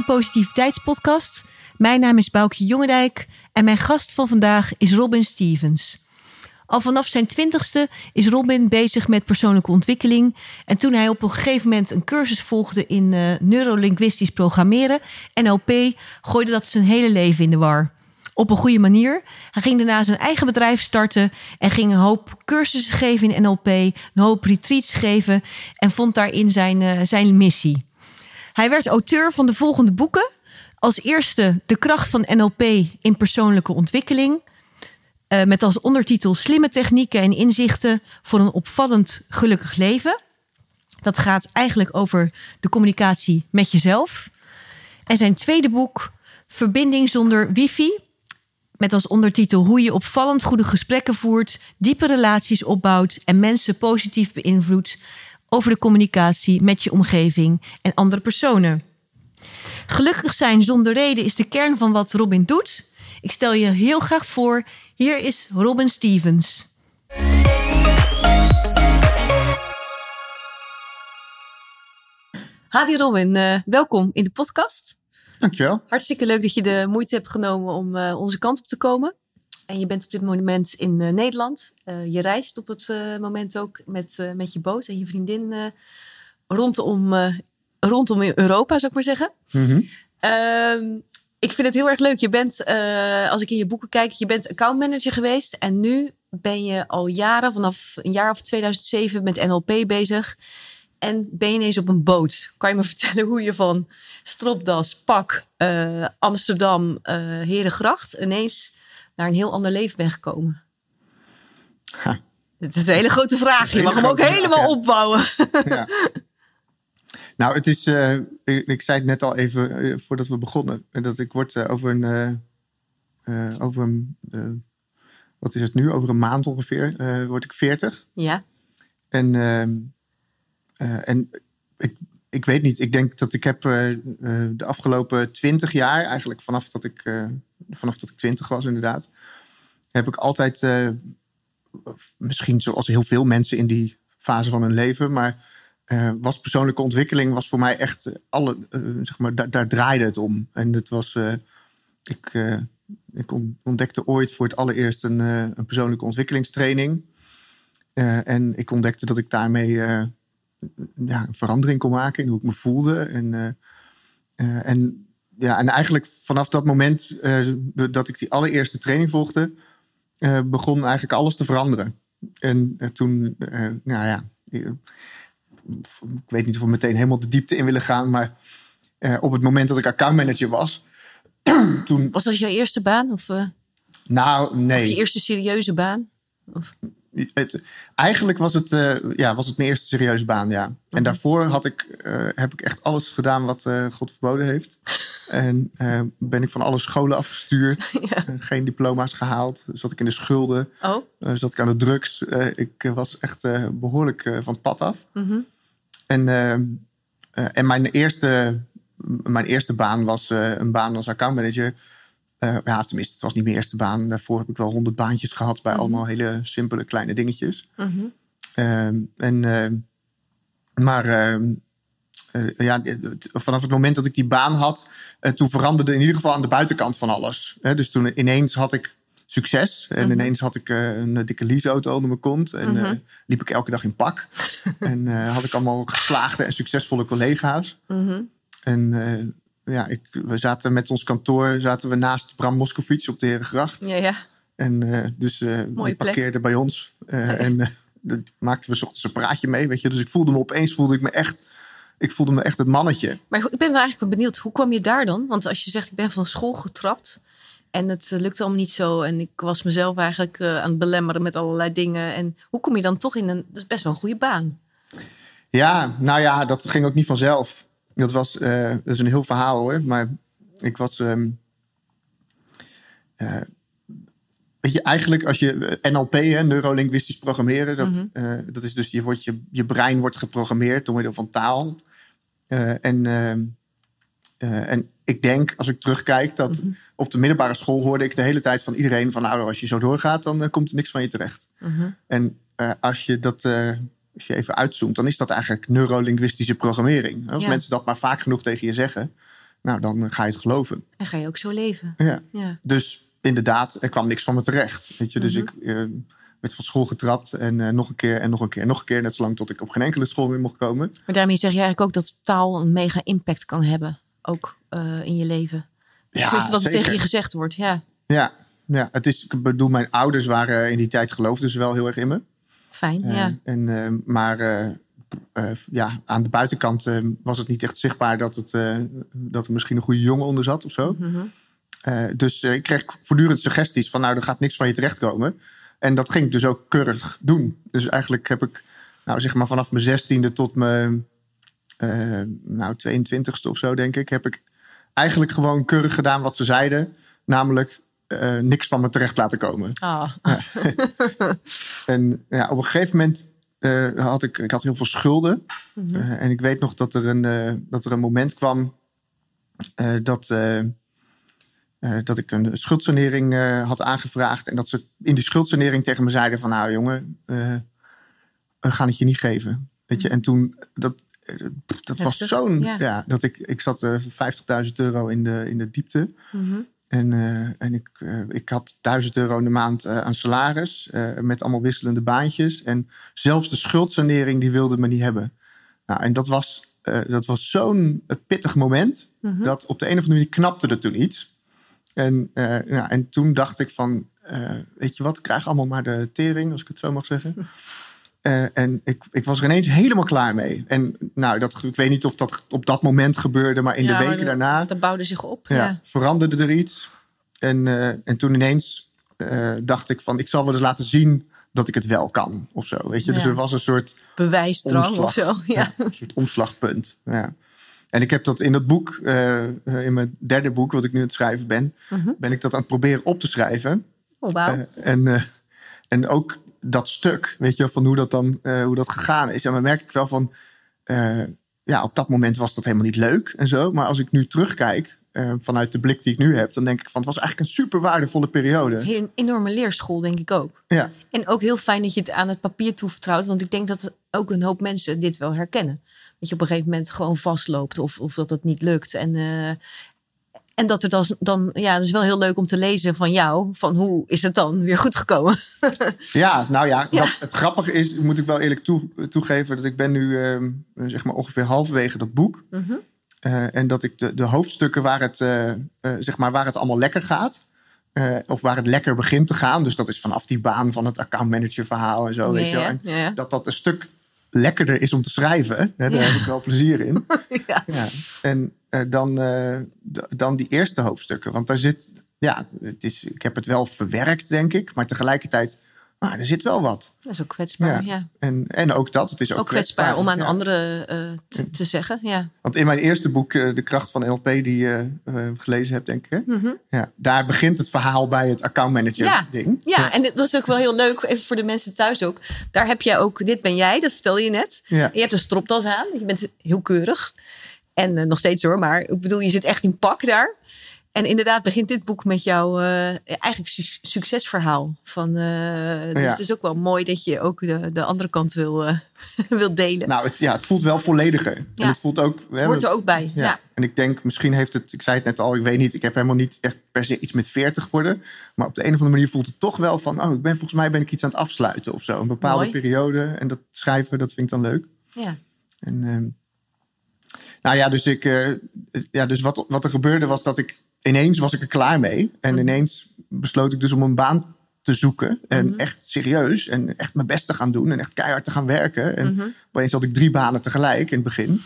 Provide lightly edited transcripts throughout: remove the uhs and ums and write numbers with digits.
Positiviteitspodcast. Mijn naam is Boukje Jongendijk en mijn gast van vandaag is Robin Stevens. Al vanaf zijn 20ste is Robin bezig met persoonlijke ontwikkeling. En toen hij op een gegeven moment een cursus volgde in neurolinguistisch programmeren, NLP, gooide dat zijn hele leven in de war. Op een goede manier. Hij ging daarna zijn eigen bedrijf starten en ging een hoop cursussen geven in NLP, een hoop retreats geven en vond daarin zijn missie. Hij werd auteur van de volgende boeken. Als eerste De kracht van NLP in persoonlijke ontwikkeling. Met als ondertitel Slimme technieken en inzichten voor een opvallend gelukkig leven. Dat gaat eigenlijk over de communicatie met jezelf. En zijn tweede boek Verbinding zonder wifi. Met als ondertitel Hoe je opvallend goede gesprekken voert, diepe relaties opbouwt en mensen positief beïnvloedt over de communicatie met je omgeving en andere personen. Gelukkig zijn zonder reden is de kern van wat Robin doet. Ik stel je heel graag voor, hier is Robin Stevens. Hadi Robin, welkom in de podcast. Dankjewel. Hartstikke leuk dat je de moeite hebt genomen om onze kant op te komen. En je bent op dit moment in Nederland. Je reist op het moment ook met je boot en je vriendin rondom Europa, zou ik maar zeggen. Mm-hmm. Ik vind het heel erg leuk. Je bent, als ik in je boeken kijk, je bent accountmanager geweest. En nu ben je al jaren, vanaf een jaar of 2007, met NLP bezig. En ben je ineens op een boot. Kan je me vertellen hoe je van Stropdas, Pak, Amsterdam, Herengracht ineens naar een heel ander leven bent gekomen? Ha. Het is een hele grote vraag. Je mag hem ook helemaal opbouwen. Ja. Nou, het is. Ik zei het net al even voordat we begonnen. Dat ik word wat is het nu? Over een maand ongeveer word ik 40. Ja. En ik weet niet. Ik denk dat ik heb de afgelopen 20 jaar, eigenlijk vanaf dat ik 20 was inderdaad, heb ik altijd, misschien zoals heel veel mensen in die fase van hun leven, maar was persoonlijke ontwikkeling was voor mij echt zeg maar, daar draaide het om. En het was, ik ontdekte ooit voor het allereerst een persoonlijke ontwikkelingstraining. En ik ontdekte dat ik daarmee een verandering kon maken in hoe ik me voelde. En eigenlijk vanaf dat moment dat ik die allereerste training volgde, begon eigenlijk alles te veranderen. En toen, ik weet niet of we meteen helemaal de diepte in willen gaan, maar op het moment dat ik accountmanager was, toen... Was dat jouw eerste baan? Nou, nee. Of je eerste serieuze baan? Of... Eigenlijk was het mijn eerste serieuze baan, ja. En daarvoor heb ik echt alles gedaan wat God verboden heeft. En ben ik van alle scholen afgestuurd. Ja. Geen diploma's gehaald. Zat ik in de schulden. Oh. Zat ik aan de drugs. Ik was echt behoorlijk van het pad af. Mm-hmm. En mijn eerste baan was een baan als accountmanager. Tenminste, het was niet mijn eerste baan. Daarvoor heb ik wel 100 baantjes gehad bij allemaal hele simpele kleine dingetjes. Mm-hmm. Vanaf het moment dat ik die baan had, toen veranderde in ieder geval aan de buitenkant van alles. Dus toen ineens had ik succes. En ineens had ik een dikke leaseauto onder mijn kont. En liep ik elke dag in pak. En had ik allemaal geslaagde en succesvolle collega's. Mm-hmm. En we zaten met ons kantoor naast Bram Moskowitz op de Herengracht. Ja. En die parkeerde bij ons. En daar maakten we 's ochtends een praatje mee, weet je. Dus ik voelde me echt het mannetje. Maar ik ben wel eigenlijk wel benieuwd, hoe kwam je daar dan? Want als je zegt, ik ben van school getrapt en het lukte allemaal niet zo. En ik was mezelf eigenlijk aan het belemmeren met allerlei dingen. En hoe kom je dan toch dat is best wel een goede baan. Ja, nou ja, dat ging ook niet vanzelf. Dat is een heel verhaal hoor. Maar ik was... weet je, eigenlijk als je NLP, neurolinguistisch programmeren... dat is dus je brein wordt geprogrammeerd door middel van taal. En ik denk, als ik terugkijk, dat op de middelbare school hoorde ik de hele tijd van iedereen van, nou, als je zo doorgaat, dan komt er niks van je terecht. En als je even uitzoomt, dan is dat eigenlijk neurolinguïstische programmering. Als mensen dat maar vaak genoeg tegen je zeggen, nou, dan ga je het geloven. En ga je ook zo leven. Ja. Ja. Dus inderdaad, er kwam niks van me terecht. Weet je? Dus ik werd van school getrapt en nog een keer en nog een keer en nog een keer. Net zolang tot ik op geen enkele school meer mocht komen. Maar daarmee zeg je eigenlijk ook dat taal een mega impact kan hebben. Ook in je leven. Ja, dus wat er zeker. tegen je gezegd wordt. Ja. Ja, het is, ik bedoel, mijn ouders waren in die tijd geloofden ze wel heel erg in me. Fijn, Maar aan de buitenkant was het niet echt zichtbaar dat er misschien een goede jongen onder zat of zo. Mm-hmm. Dus ik kreeg voortdurend suggesties van, nou, er gaat niks van je terechtkomen. En dat ging ik dus ook keurig doen. Dus eigenlijk heb ik, nou, zeg maar vanaf mijn 16e tot mijn 22e of zo, denk ik, heb ik eigenlijk gewoon keurig gedaan wat ze zeiden. Namelijk niks van me terecht laten komen. Oh. En op een gegeven moment had ik heel veel schulden. Mm-hmm. En ik weet nog dat er een moment kwam dat ik een schuldsanering had aangevraagd. En dat ze in die schuldsanering tegen me zeiden van, nou jongen, we gaan het je niet geven. Weet je? En toen, dat was zo'n... Ja, dat ik zat €50.000 in de diepte. Mm-hmm. En ik had €1.000 in de maand aan salaris. Met allemaal wisselende baantjes. En zelfs de schuldsanering die wilde me niet hebben. Nou, en dat was zo'n pittig moment. Mm-hmm. Dat op de een of andere manier knapte er toen iets. En toen dacht ik van... weet je wat, ik krijg allemaal maar de tering, als ik het zo mag zeggen. En ik was er ineens helemaal klaar mee. En nou, ik weet niet of dat op dat moment gebeurde, maar in de weken daarna... Dat bouwde zich op. Veranderde er iets. En toen ineens dacht ik van, ik zal wel eens laten zien dat ik het wel kan. Of zo, weet je. Ja. Dus er was een soort... bewijsdrang of zo. Ja. Een soort omslagpunt. Ja. En ik heb dat in dat boek, in mijn derde boek, wat ik nu aan het schrijven ben... Mm-hmm. ben ik dat aan het proberen op te schrijven. Oh, wauw. En ook dat stuk, weet je, van hoe dat gegaan is. En dan merk ik wel van... op dat moment was dat helemaal niet leuk en zo. Maar als ik nu terugkijk, vanuit de blik die ik nu heb... dan denk ik van, het was eigenlijk een super waardevolle periode. Een enorme leerschool, denk ik ook. Ja. En ook heel fijn dat je het aan het papier toevertrouwt. Want ik denk dat ook een hoop mensen dit wel herkennen. Dat je op een gegeven moment gewoon vastloopt of dat het niet lukt. En dat het dan het is wel heel leuk om te lezen van jou. Van hoe is het dan weer goed gekomen? Ja, nou ja, het grappige is, moet ik wel eerlijk toegeven... dat ik ben nu zeg maar ongeveer halverwege dat boek. Mm-hmm. En dat ik de hoofdstukken waar het allemaal lekker gaat... of waar het lekker begint te gaan... dus dat is vanaf die baan van het accountmanager verhaal en zo, weet je wel. En dat een stuk lekkerder is om te schrijven. Hè, daar heb ik wel plezier in. Ja. Ja. En dan die eerste hoofdstukken. Want daar zit... Ja, ik heb het wel verwerkt, denk ik. Maar tegelijkertijd, er zit wel wat. Dat is ook kwetsbaar, ja. En ook dat. Het is ook kwetsbaar om aan anderen te zeggen, ja. Want in mijn eerste boek, De Kracht van NLP, die je gelezen hebt, denk ik. Hè? Mm-hmm. Ja, daar begint het verhaal bij het accountmanager ding. Ja, en dat is ook wel heel leuk, even voor de mensen thuis ook. Daar heb jij ook, dit ben jij, dat vertelde je net. Ja. En je hebt een stropdas aan, je bent heel keurig. En nog steeds hoor, maar ik bedoel, je zit echt in pak daar. En inderdaad begint dit boek met jouw eigenlijk succesverhaal. Dus het is ook wel mooi dat je ook de andere kant wil delen. Nou, het voelt wel vollediger. Ja. En het voelt ook... Hoort er ook bij, ja. En ik denk, misschien heeft het... Ik zei het net al, ik weet niet. Ik heb helemaal niet echt per se iets met 40 worden. Maar op de een of andere manier voelt het toch wel van... volgens mij ben ik iets aan het afsluiten of zo. Een bepaalde periode. En dat schrijven, dat vind ik dan leuk. Ja. En dus wat er gebeurde was dat ik... Ineens was ik er klaar mee. En ineens besloot ik dus om een baan te zoeken. En echt serieus. En echt mijn best te gaan doen. En echt keihard te gaan werken. En opeens had ik 3 banen tegelijk in het begin.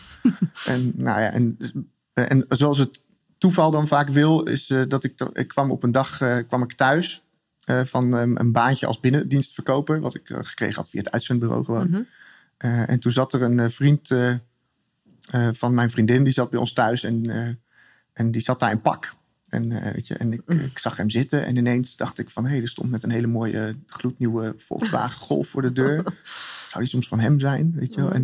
En zoals het toeval dan vaak wil... is dat ik kwam op een dag thuis... van een baantje als binnendienstverkoper. Wat ik gekregen had via het uitzendbureau gewoon. Mm-hmm. En toen zat er een vriend van mijn vriendin... die zat bij ons thuis en die zat daar in pak. En ik zag hem zitten en ineens dacht ik van... er stond net een hele mooie gloednieuwe Volkswagen Golf voor de deur. Zou die soms van hem zijn, weet je wel?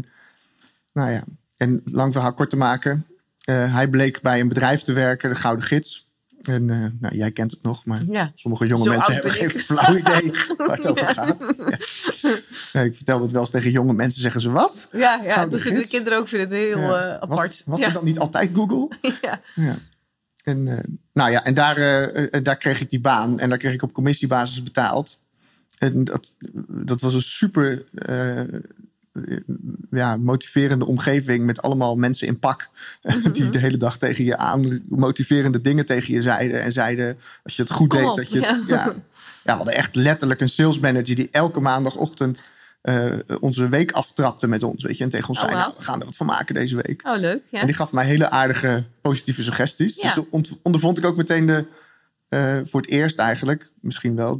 En lang verhaal kort te maken... hij bleek bij een bedrijf te werken, de Gouden Gids... En nou, jij kent het nog, maar sommige jonge Zo mensen hebben geen flauw idee waar het over gaat. Ja, ik vertel het wel eens tegen jonge mensen, zeggen ze wat? Ja, de kinderen ook vinden het heel apart. Was er dan niet altijd Google? Ja. En daar kreeg ik die baan. En daar kreeg ik op commissiebasis betaald. En dat was een super motiverende omgeving met allemaal mensen in pak. Die de hele dag tegen je aan motiverende dingen tegen je zeiden. En zeiden, als je het goed deed, dat je het... we hadden echt letterlijk een sales manager die elke maandagochtend onze week aftrapte met ons. Weet je, en tegen ons zei, nou, we gaan er wat van maken deze week. Oh, leuk. Ja. En die gaf mij hele aardige, positieve suggesties. Ja. Dus ondervond ik ook meteen voor het eerst eigenlijk misschien wel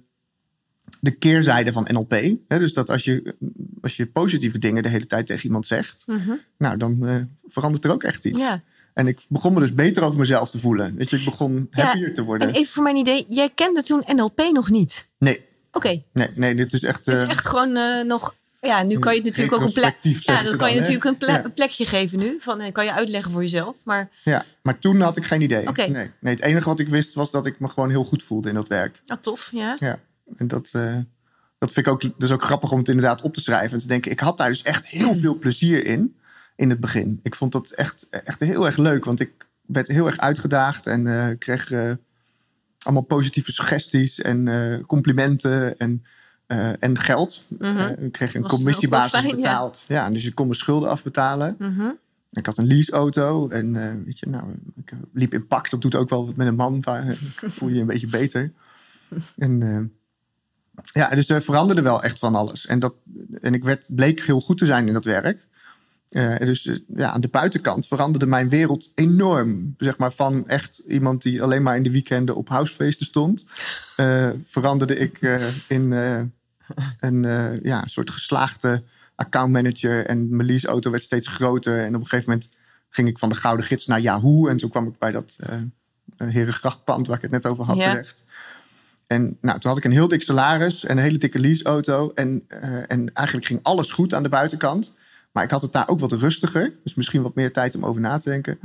de keerzijde van NLP. Dus dat als je positieve dingen de hele tijd tegen iemand zegt, nou, dan verandert er ook echt iets. Ja. En ik begon me dus beter over mezelf te voelen. Weet je, ik begon happier te worden. En even voor mijn idee, jij kende toen NLP nog niet? Nee. Oké. Nee, dit is echt... Het is echt gewoon nog... Ja, nu kan je natuurlijk ook een plek... Ja, dan kan je natuurlijk een plekje geven nu. Kan je uitleggen voor jezelf. Maar... Ja, maar toen had ik geen idee. Okay. Nee, het enige wat ik wist was dat ik me gewoon heel goed voelde in dat werk. Ah, tof, ja. Ja, en dat vind ik ook... Dus ook grappig om het inderdaad op te schrijven. En te denken, ik had daar dus echt heel veel plezier in het begin. Ik vond dat echt heel erg leuk. Want ik werd heel erg uitgedaagd en kreeg allemaal positieve suggesties en complimenten en geld. Ik kreeg een commissiebasis betaald. Ja, dus je kon mijn schulden afbetalen. Ik had een leaseauto en weet je, nou, ik liep in pak. Dat doet ook wel wat met een man. Voel je een beetje beter. En dus er veranderde wel echt van alles. En ik bleek heel goed te zijn in dat werk. Aan de buitenkant veranderde mijn wereld enorm. Zeg maar van echt iemand die alleen maar in de weekenden op housefeesten stond. Veranderde ik in een soort geslaagde accountmanager. En mijn leaseauto werd steeds groter. En op een gegeven moment ging ik van de Gouden Gids naar Yahoo. En toen kwam ik bij dat Herengrachtpand waar ik het net over had terecht. En nou, toen had ik een heel dik salaris en een hele dikke leaseauto. En eigenlijk ging alles goed aan de buitenkant. Maar ik had het daar ook wat rustiger. Dus misschien wat meer tijd om over na te denken.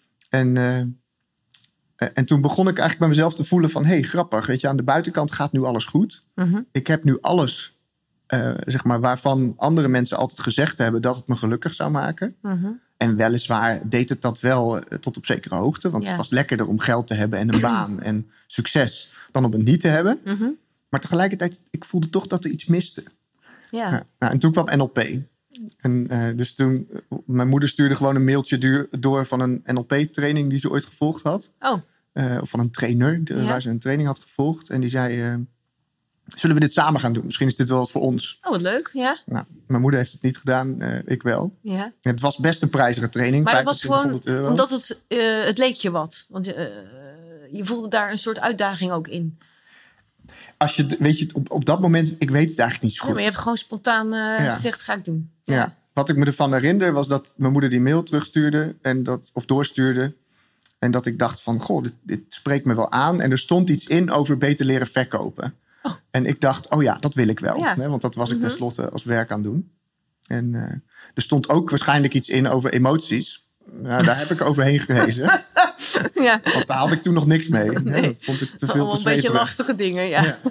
En toen begon ik eigenlijk bij mezelf te voelen van... hey, grappig, weet je, aan de buitenkant gaat nu alles goed. Ik heb nu alles, zeg maar, waarvan andere mensen altijd gezegd hebben... dat het me gelukkig zou maken. En weliswaar deed het dat wel tot op zekere hoogte. Want het was lekkerder om geld te hebben en een baan en succes... dan om het niet te hebben. Maar tegelijkertijd, ik voelde toch dat er iets miste. Ja. En toen kwam NLP... En dus toen, mijn moeder stuurde gewoon een mailtje door van een NLP-training die ze ooit gevolgd had. Of van een trainer waar ze een training had gevolgd. En die zei, zullen we dit samen gaan doen? Misschien is dit wel wat voor ons. Oh, wat leuk, ja. Nou, mijn moeder heeft het niet gedaan, ik wel. Ja. Het was best een prijzige training, maar het was gewoon €25. Omdat het leek je wat. Want je voelde daar een soort uitdaging ook in. Als je, weet je, op dat moment, ik weet het eigenlijk niet zo goed. Ja, maar je hebt gewoon spontaan gezegd, ga ik doen. Ja. Wat ik me ervan herinner was dat mijn moeder die mail terugstuurde of doorstuurde. En dat ik dacht van, goh, dit spreekt me wel aan. En er stond iets in over beter leren verkopen. Oh. En ik dacht, oh ja, dat wil ik wel. Ja. Hè, want dat was ik tenslotte als werk aan het doen. En er stond ook waarschijnlijk iets in over emoties. Nou, daar heb ik overheen gelezen. Ja. Want daar had ik toen nog niks mee. Nee. Dat vond ik te veel te zweverig. Een beetje lastige dingen,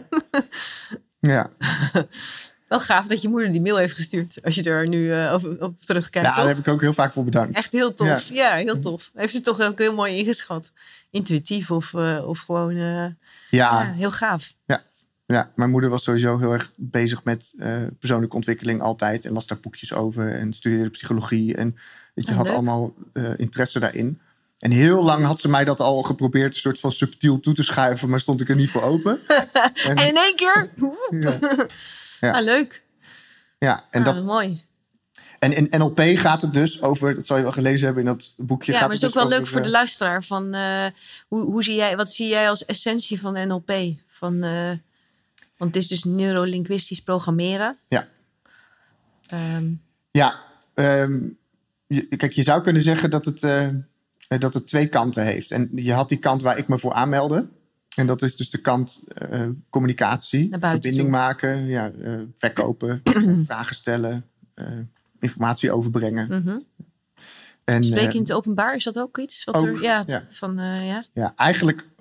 ja. Wel gaaf dat je moeder die mail heeft gestuurd. Als je er nu op terugkijkt. Ja, daar heb ik ook heel vaak voor bedankt. Echt heel tof. Ja, heel tof. Heeft ze toch ook heel mooi ingeschat. Intuïtief of gewoon heel gaaf. Ja, mijn moeder was sowieso heel erg bezig met persoonlijke ontwikkeling altijd. En las daar boekjes over en studeerde psychologie. En je had allemaal interesse daarin. En heel lang had ze mij dat al geprobeerd... een soort van subtiel toe te schuiven... maar stond ik er niet voor open. En in één keer... Ja. Ah, leuk. Ja, en dat mooi. En in NLP gaat het dus over... dat zal je wel gelezen hebben in dat boekje. Ja, gaat maar het is ook wel leuk voor de luisteraar. Van, wat zie jij als essentie van NLP? Want het is dus neurolinguistisch programmeren. Ja. Kijk, je zou kunnen zeggen dat het twee kanten heeft. En je had die kant waar ik me voor aanmeldde. En dat is dus de kant communicatie, verbinding maken, verkopen, vragen stellen, informatie overbrengen. En, spreken in het openbaar, is dat ook iets? Ja, eigenlijk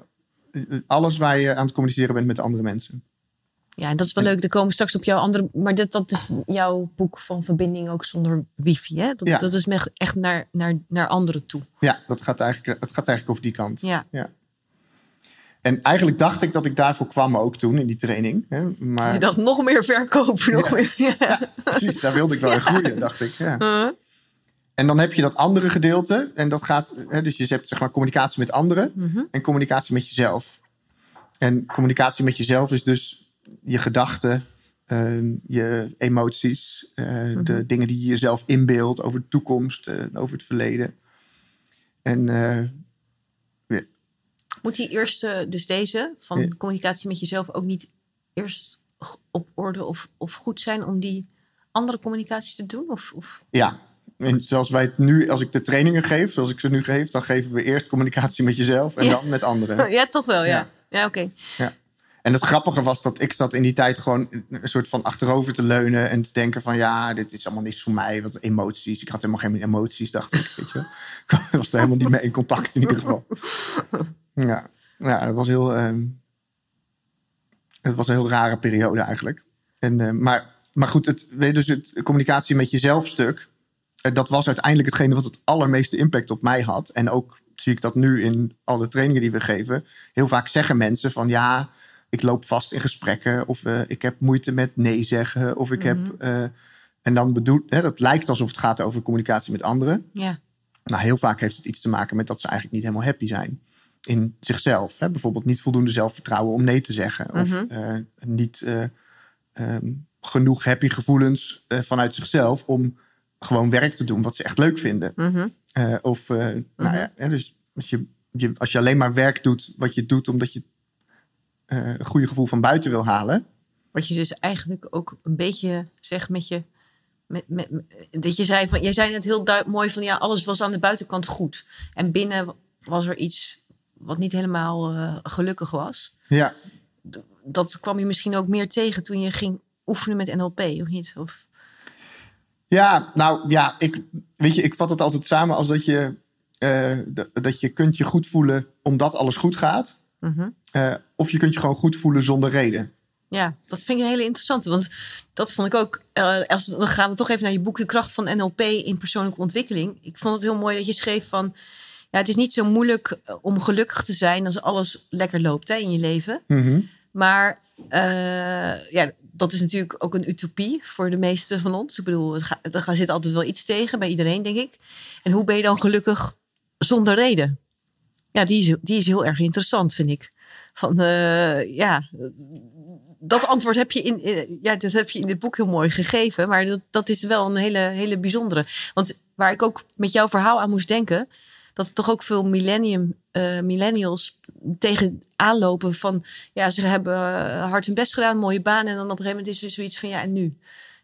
alles waar je aan het communiceren bent met andere mensen. Ja, en dat is wel leuk. Er komen straks op jouw andere... Maar dat is jouw boek van verbinding ook zonder wifi, hè? Dat is echt naar anderen toe. Ja, het gaat eigenlijk over die kant. Ja. En eigenlijk dacht ik dat ik daarvoor kwam ook toen in die training. Hè? Maar... Je dacht nog meer verkopen. Nog meer. Ja, precies. Daar wilde ik wel in groeien, dacht ik. Ja. En dan heb je dat andere gedeelte. En dat gaat... Dus je hebt zeg maar communicatie met anderen. En communicatie met jezelf. En communicatie met jezelf is dus je gedachten, je emoties, de dingen die je jezelf inbeeldt over de toekomst, over het verleden. En moet die eerste, dus deze, van communicatie met jezelf ook niet eerst op orde of goed zijn om die andere communicatie te doen? Of? Ja, en zoals wij het nu, als ik de trainingen geef, zoals ik ze nu geef, dan geven we eerst communicatie met jezelf en dan met anderen. Ja, toch wel, ja. Ja, oké. Ja. En het grappige was dat ik zat in die tijd gewoon een soort van achterover te leunen en te denken van ja, dit is allemaal niks voor mij. Wat emoties. Ik had helemaal geen emoties, dacht ik. Weet je? Ik was er helemaal niet mee in contact in ieder geval. Ja, het was een heel rare periode eigenlijk. En, maar goed, het communicatie met jezelf stuk, dat was uiteindelijk hetgene wat het allermeeste impact op mij had. En ook zie ik dat nu in alle trainingen die we geven. Heel vaak zeggen mensen van ja, ik loop vast in gesprekken. Of ik heb moeite met nee zeggen. Of ik heb... en dan dat lijkt alsof het gaat over communicatie met anderen. Ja. Maar heel vaak heeft het iets te maken met dat ze eigenlijk niet helemaal happy zijn. In zichzelf. Hè? Bijvoorbeeld niet voldoende zelfvertrouwen om nee te zeggen. Of niet genoeg happy gevoelens vanuit zichzelf om gewoon werk te doen wat ze echt leuk vinden. Dus als je alleen maar werk doet wat je doet omdat je een goede gevoel van buiten wil halen. Wat je dus eigenlijk ook een beetje zegt met je... dat je zei van, jij zei net heel mooi van ja, alles was aan de buitenkant goed. En binnen was er iets wat niet helemaal gelukkig was. Ja. Dat kwam je misschien ook meer tegen toen je ging oefenen met NLP, of niet? Of... Ja, nou ja, ik vat het altijd samen als dat je kunt je goed voelen omdat alles goed gaat. Of je kunt je gewoon goed voelen zonder reden. Ja, dat vind ik een hele interessante. Want dat vond ik ook... dan gaan we toch even naar je boek De Kracht van NLP in Persoonlijke Ontwikkeling. Ik vond het heel mooi dat je schreef van... Ja, het is niet zo moeilijk om gelukkig te zijn als alles lekker loopt, hè, in je leven. Maar dat is natuurlijk ook een utopie voor de meesten van ons. Ik bedoel, er zit altijd wel iets tegen bij iedereen, denk ik. En hoe ben je dan gelukkig zonder reden? Ja, die is heel erg interessant, vind ik. Van, dat antwoord heb je in dit boek heel mooi gegeven. Maar dat is wel een hele bijzondere. Want waar ik ook met jouw verhaal aan moest denken... dat er toch ook veel millennials tegen aanlopen van... ja, ze hebben hard hun best gedaan, mooie baan... en dan op een gegeven moment is er zoiets van ja, en nu?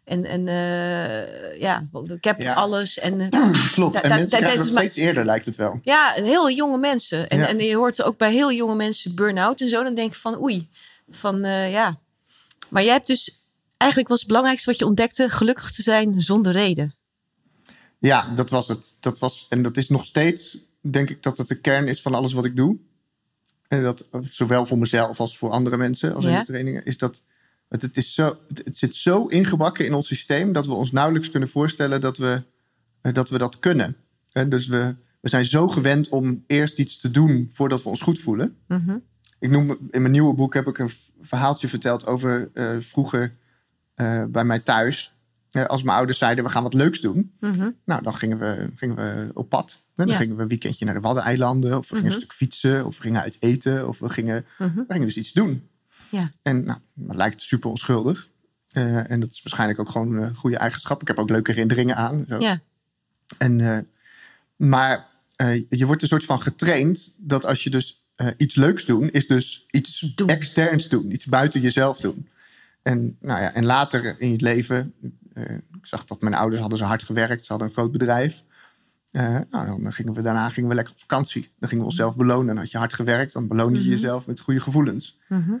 Ik heb alles. En, klopt, en mensen krijgen dat steeds eerder, lijkt het wel. Ja, heel jonge mensen. En je hoort ook bij heel jonge mensen burn-out en zo. Dan denk je van oei, Maar jij hebt dus... Eigenlijk was het belangrijkste wat je ontdekte... gelukkig te zijn zonder reden. Ja, dat was het. En dat is nog steeds, denk ik, dat het de kern is van alles wat ik doe. En dat zowel voor mezelf als voor andere mensen, als in de trainingen, is dat het zit zo ingebakken in ons systeem dat we ons nauwelijks kunnen voorstellen dat we dat kunnen. En dus we zijn zo gewend om eerst iets te doen voordat we ons goed voelen. Ik noem in mijn nieuwe boek heb ik een verhaaltje verteld over vroeger bij mij thuis. Als mijn ouders zeiden, we gaan wat leuks doen. Nou, dan gingen we op pad. Dan gingen we een weekendje naar de Waddeneilanden. Of we gingen een stuk fietsen. Of we gingen uit eten. Of we gingen dus iets doen. Ja. En nou, dat lijkt super onschuldig. En dat is waarschijnlijk ook gewoon een goede eigenschap. Ik heb ook leuke herinneringen aan. Zo. Ja. Maar je wordt een soort van getraind... dat als je dus iets leuks doen... is dus iets externs doen. Iets buiten jezelf doen. En later in je leven... ik zag dat mijn ouders hadden zo hard gewerkt. Ze hadden een groot bedrijf. Dan gingen we lekker op vakantie. Dan gingen we onszelf belonen. Dan had je hard gewerkt. Dan beloonde je jezelf met goede gevoelens.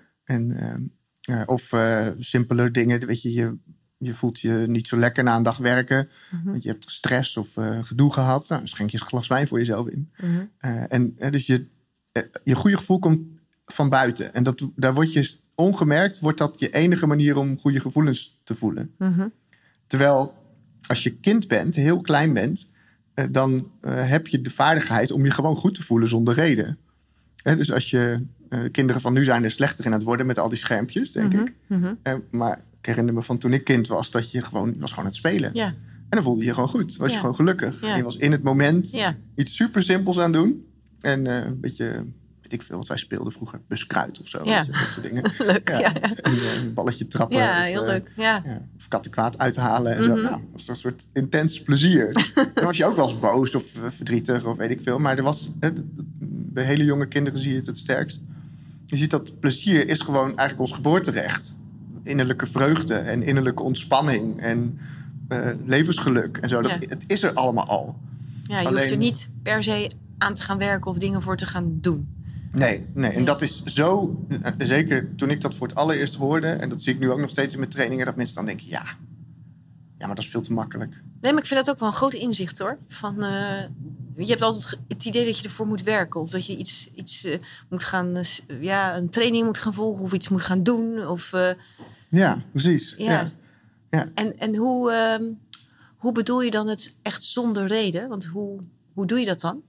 Of simpeler dingen. Weet je voelt je niet zo lekker na een dag werken. Want je hebt stress of gedoe gehad. Nou, dan schenk je een glas wijn voor jezelf in. Dus je goede gevoel komt van buiten. En daar word je ongemerkt, wordt dat je enige manier om goede gevoelens te voelen. Mm-hmm. Terwijl als je kind bent, heel klein bent, dan heb je de vaardigheid om je gewoon goed te voelen zonder reden. Dus als je kinderen van nu zijn er slechter in aan het worden met al die schermpjes, denk ik. Mm-hmm. Maar ik herinner me van toen ik kind was, dat je was gewoon aan het spelen. Ja. En dan voelde je je gewoon goed. Was je gewoon gelukkig. Ja. En je was in het moment iets super simpels aan doen. En een beetje, weet ik veel wat wij speelden vroeger, buskruid of zo. Ja. Dat soort dingen. Leuk, ja. En een balletje trappen. Ja, of, heel leuk. Ja. Of kattenkwaad uithalen en zo. Nou, dat was een soort intens plezier. Dan was je ook wel eens boos of verdrietig of weet ik veel. Maar bij hele jonge kinderen zie je het sterkst. Je ziet dat plezier is gewoon eigenlijk ons geboorterecht. Innerlijke vreugde en innerlijke ontspanning en levensgeluk en zo. Ja. Het is er allemaal al. Ja, je hoeft er niet per se aan te gaan werken of dingen voor te gaan doen. Nee. En dat is zo... Zeker toen ik dat voor het allereerst hoorde... en dat zie ik nu ook nog steeds in mijn trainingen... dat mensen dan denken, ja, maar dat is veel te makkelijk. Nee, maar ik vind dat ook wel een groot inzicht, hoor. Je hebt altijd het idee dat je ervoor moet werken. Of dat je iets moet gaan... een training moet gaan volgen of iets moet gaan doen. Of, ja, precies. Ja. Ja. En hoe bedoel je dan het echt zonder reden? Want hoe doe je dat dan?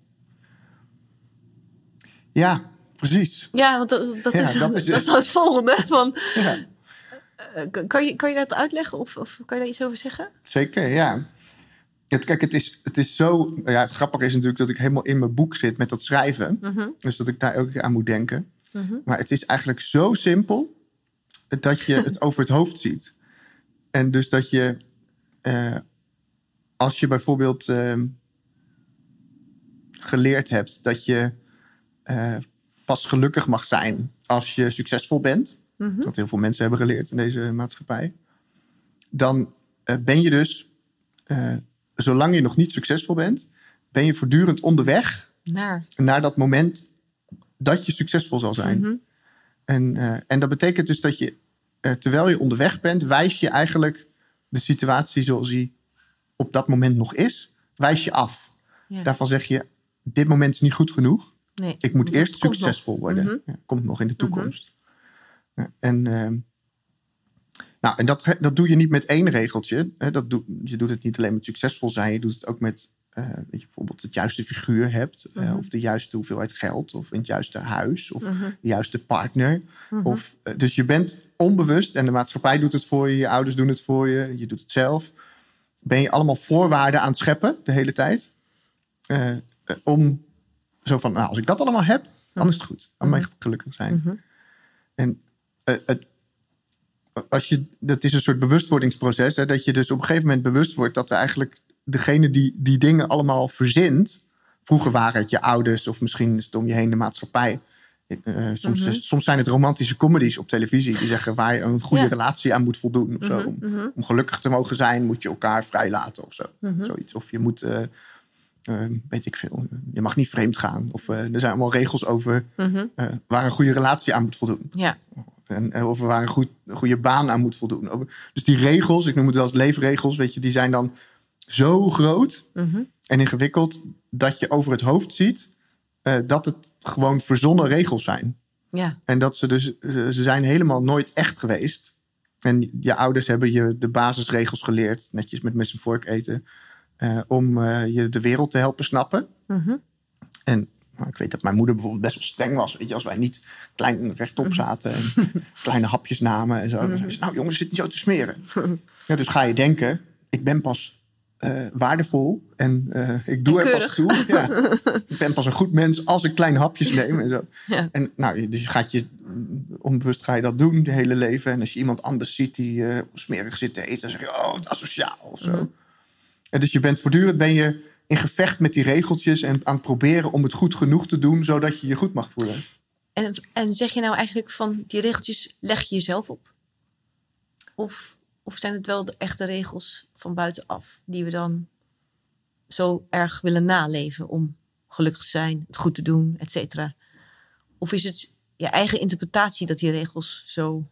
Ja, precies. Ja, want dat is dan het volgende. Kan je dat uitleggen of kan je daar iets over zeggen? Zeker, ja. Kijk, het is zo... Ja, het grappige is natuurlijk dat ik helemaal in mijn boek zit met dat schrijven. Mm-hmm. Dus dat ik daar elke keer aan moet denken. Mm-hmm. Maar het is eigenlijk zo simpel dat je het over het hoofd ziet. En dus dat je... als je bijvoorbeeld geleerd hebt dat je pas gelukkig mag zijn als je succesvol bent... Mm-hmm. wat heel veel mensen hebben geleerd in deze maatschappij... dan ben je dus... zolang je nog niet succesvol bent... ben je voortdurend onderweg... naar dat moment dat je succesvol zal zijn. Mm-hmm. En dat betekent dus dat je... terwijl je onderweg bent... wijs je eigenlijk de situatie zoals die op dat moment nog is... wijs je af. Ja. Daarvan zeg je... dit moment is niet goed genoeg. Nee, ik moet eerst succesvol nog worden. Mm-hmm. Ja, komt nog in de toekomst. Mm-hmm. En dat doe je niet met één regeltje. Je doet het niet alleen met succesvol zijn. Je doet het ook met bijvoorbeeld het juiste figuur hebt. Mm-hmm. Of de juiste hoeveelheid geld. Of in het juiste huis. Of Mm-hmm. de juiste partner. Mm-hmm. Dus je bent onbewust. En de maatschappij doet het voor je. Je ouders doen het voor je. Je doet het zelf. Ben je allemaal voorwaarden aan het scheppen de hele tijd. Om zo van, als ik dat allemaal heb, dan is het goed. Dan mag ik gelukkig zijn. Mm-hmm. En dat is een soort bewustwordingsproces. Hè, dat je dus op een gegeven moment bewust wordt... dat er eigenlijk degene die dingen allemaal verzint... vroeger waren het je ouders of misschien is het om je heen de maatschappij. Soms zijn het romantische comedies op televisie... die zeggen waar je een goede relatie aan moet voldoen. Of zo. Om gelukkig te mogen zijn moet je elkaar vrijlaten of zo. Zoiets. Of je moet... weet ik veel. Je mag niet vreemd gaan. Of er zijn allemaal regels over... waar een goede relatie aan moet voldoen. Ja. En of waar een goede baan aan moet voldoen. Dus die regels, ik noem het wel eens leefregels... weet je, die zijn dan zo groot en ingewikkeld... dat je over het hoofd ziet... dat het gewoon verzonnen regels zijn. Ja. En dat ze zijn helemaal nooit echt geweest. En je ouders hebben je de basisregels geleerd... netjes met mes en vork eten... om je de wereld te helpen snappen. En ik weet dat mijn moeder bijvoorbeeld best wel streng was. Weet je, als wij niet klein rechtop zaten... en kleine hapjes namen en zo. Dan zei ze, nou jongens, zit niet zo te smeren. Ja, dus ga je denken, ik ben pas waardevol... en ik doe er pas toe. Ja, ik ben pas een goed mens als ik kleine hapjes neem. En zo. Ja. En, dus onbewust ga je dat doen de hele leven. En als je iemand anders ziet die smerig zit te eten... dan zeg je, oh, wat asociaal of zo. En dus je bent voortdurend in gevecht met die regeltjes... en aan het proberen om het goed genoeg te doen... zodat je je goed mag voelen. En zeg je nou eigenlijk van die regeltjes leg je jezelf op? Of zijn het wel de echte regels van buitenaf... die we dan zo erg willen naleven... om gelukkig te zijn, het goed te doen, et cetera? Of is het je eigen interpretatie dat die regels zo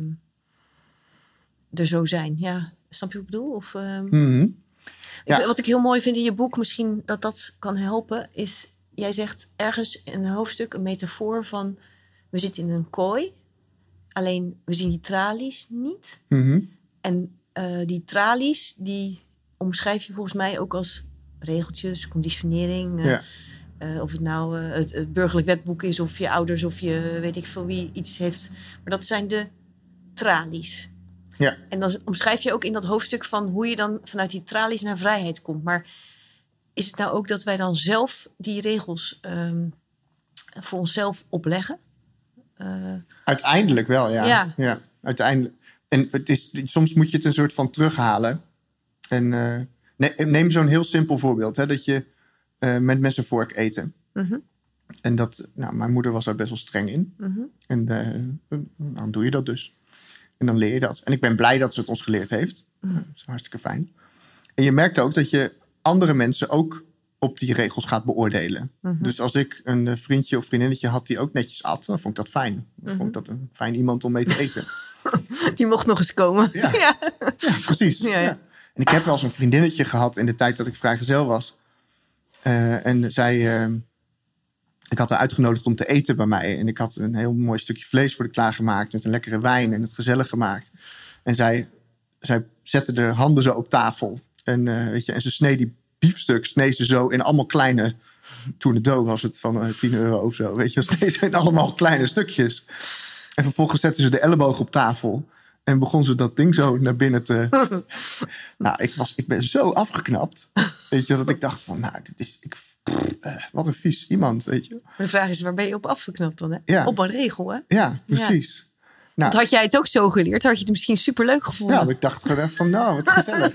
er zo zijn? Ja, snap je wat ik bedoel? Of... Ja. Wat ik heel mooi vind in je boek, misschien dat kan helpen... is, jij zegt ergens in een hoofdstuk een metafoor van... we zitten in een kooi. Alleen we zien die tralies niet. Mm-hmm. En die tralies, die omschrijf je volgens mij ook als regeltjes, conditionering. Of het nou het burgerlijk wetboek is, of je ouders, of je weet ik veel wie iets heeft. Maar dat zijn de tralies. Ja. En dan omschrijf je ook in dat hoofdstuk van hoe je dan vanuit die tralies naar vrijheid komt. Maar is het nou ook dat wij dan zelf die regels voor onszelf opleggen? Uiteindelijk wel, ja. Ja, uiteindelijk. En soms moet je het een soort van terughalen. En neem zo'n heel simpel voorbeeld. Hè, dat je met mes en vork eten. Mm-hmm. En mijn moeder was daar best wel streng in. Mm-hmm. En dan doe je dat dus. En dan leer je dat. En ik ben blij dat ze het ons geleerd heeft. Mm-hmm. Dat is hartstikke fijn. En je merkt ook dat je andere mensen ook op die regels gaat beoordelen. Mm-hmm. Dus als ik een vriendje of vriendinnetje had die ook netjes at, dan vond ik dat fijn. Dan vond ik dat een fijn iemand om mee te eten. Die mocht nog eens komen. Ja, precies. Ja. En ik heb wel eens een vriendinnetje gehad in de tijd dat ik vrijgezel was. En zij... ik had haar uitgenodigd om te eten bij mij. En ik had een heel mooi stukje vlees voor haar klaargemaakt. Met een lekkere wijn en het gezellig gemaakt. En zij zette de handen zo op tafel. En, en ze sneed die biefstuk sneed ze zo in allemaal kleine... Tournedos was het van €10 of zo. Weet je, sneed ze in allemaal kleine stukjes. En vervolgens zette ze de elleboog op tafel. En begon ze dat ding zo naar binnen te... ik ben zo afgeknapt. Weet je, dat ik dacht van... dit is... wat een vies iemand, weet je. Maar de vraag is, waar ben je op afgeknapt dan? Hè? Ja. Op een regel, hè? Ja, precies. Ja. Want had jij het ook zo geleerd, had je het misschien superleuk gevonden. Ja, ik dacht gewoon van, wat gezellig.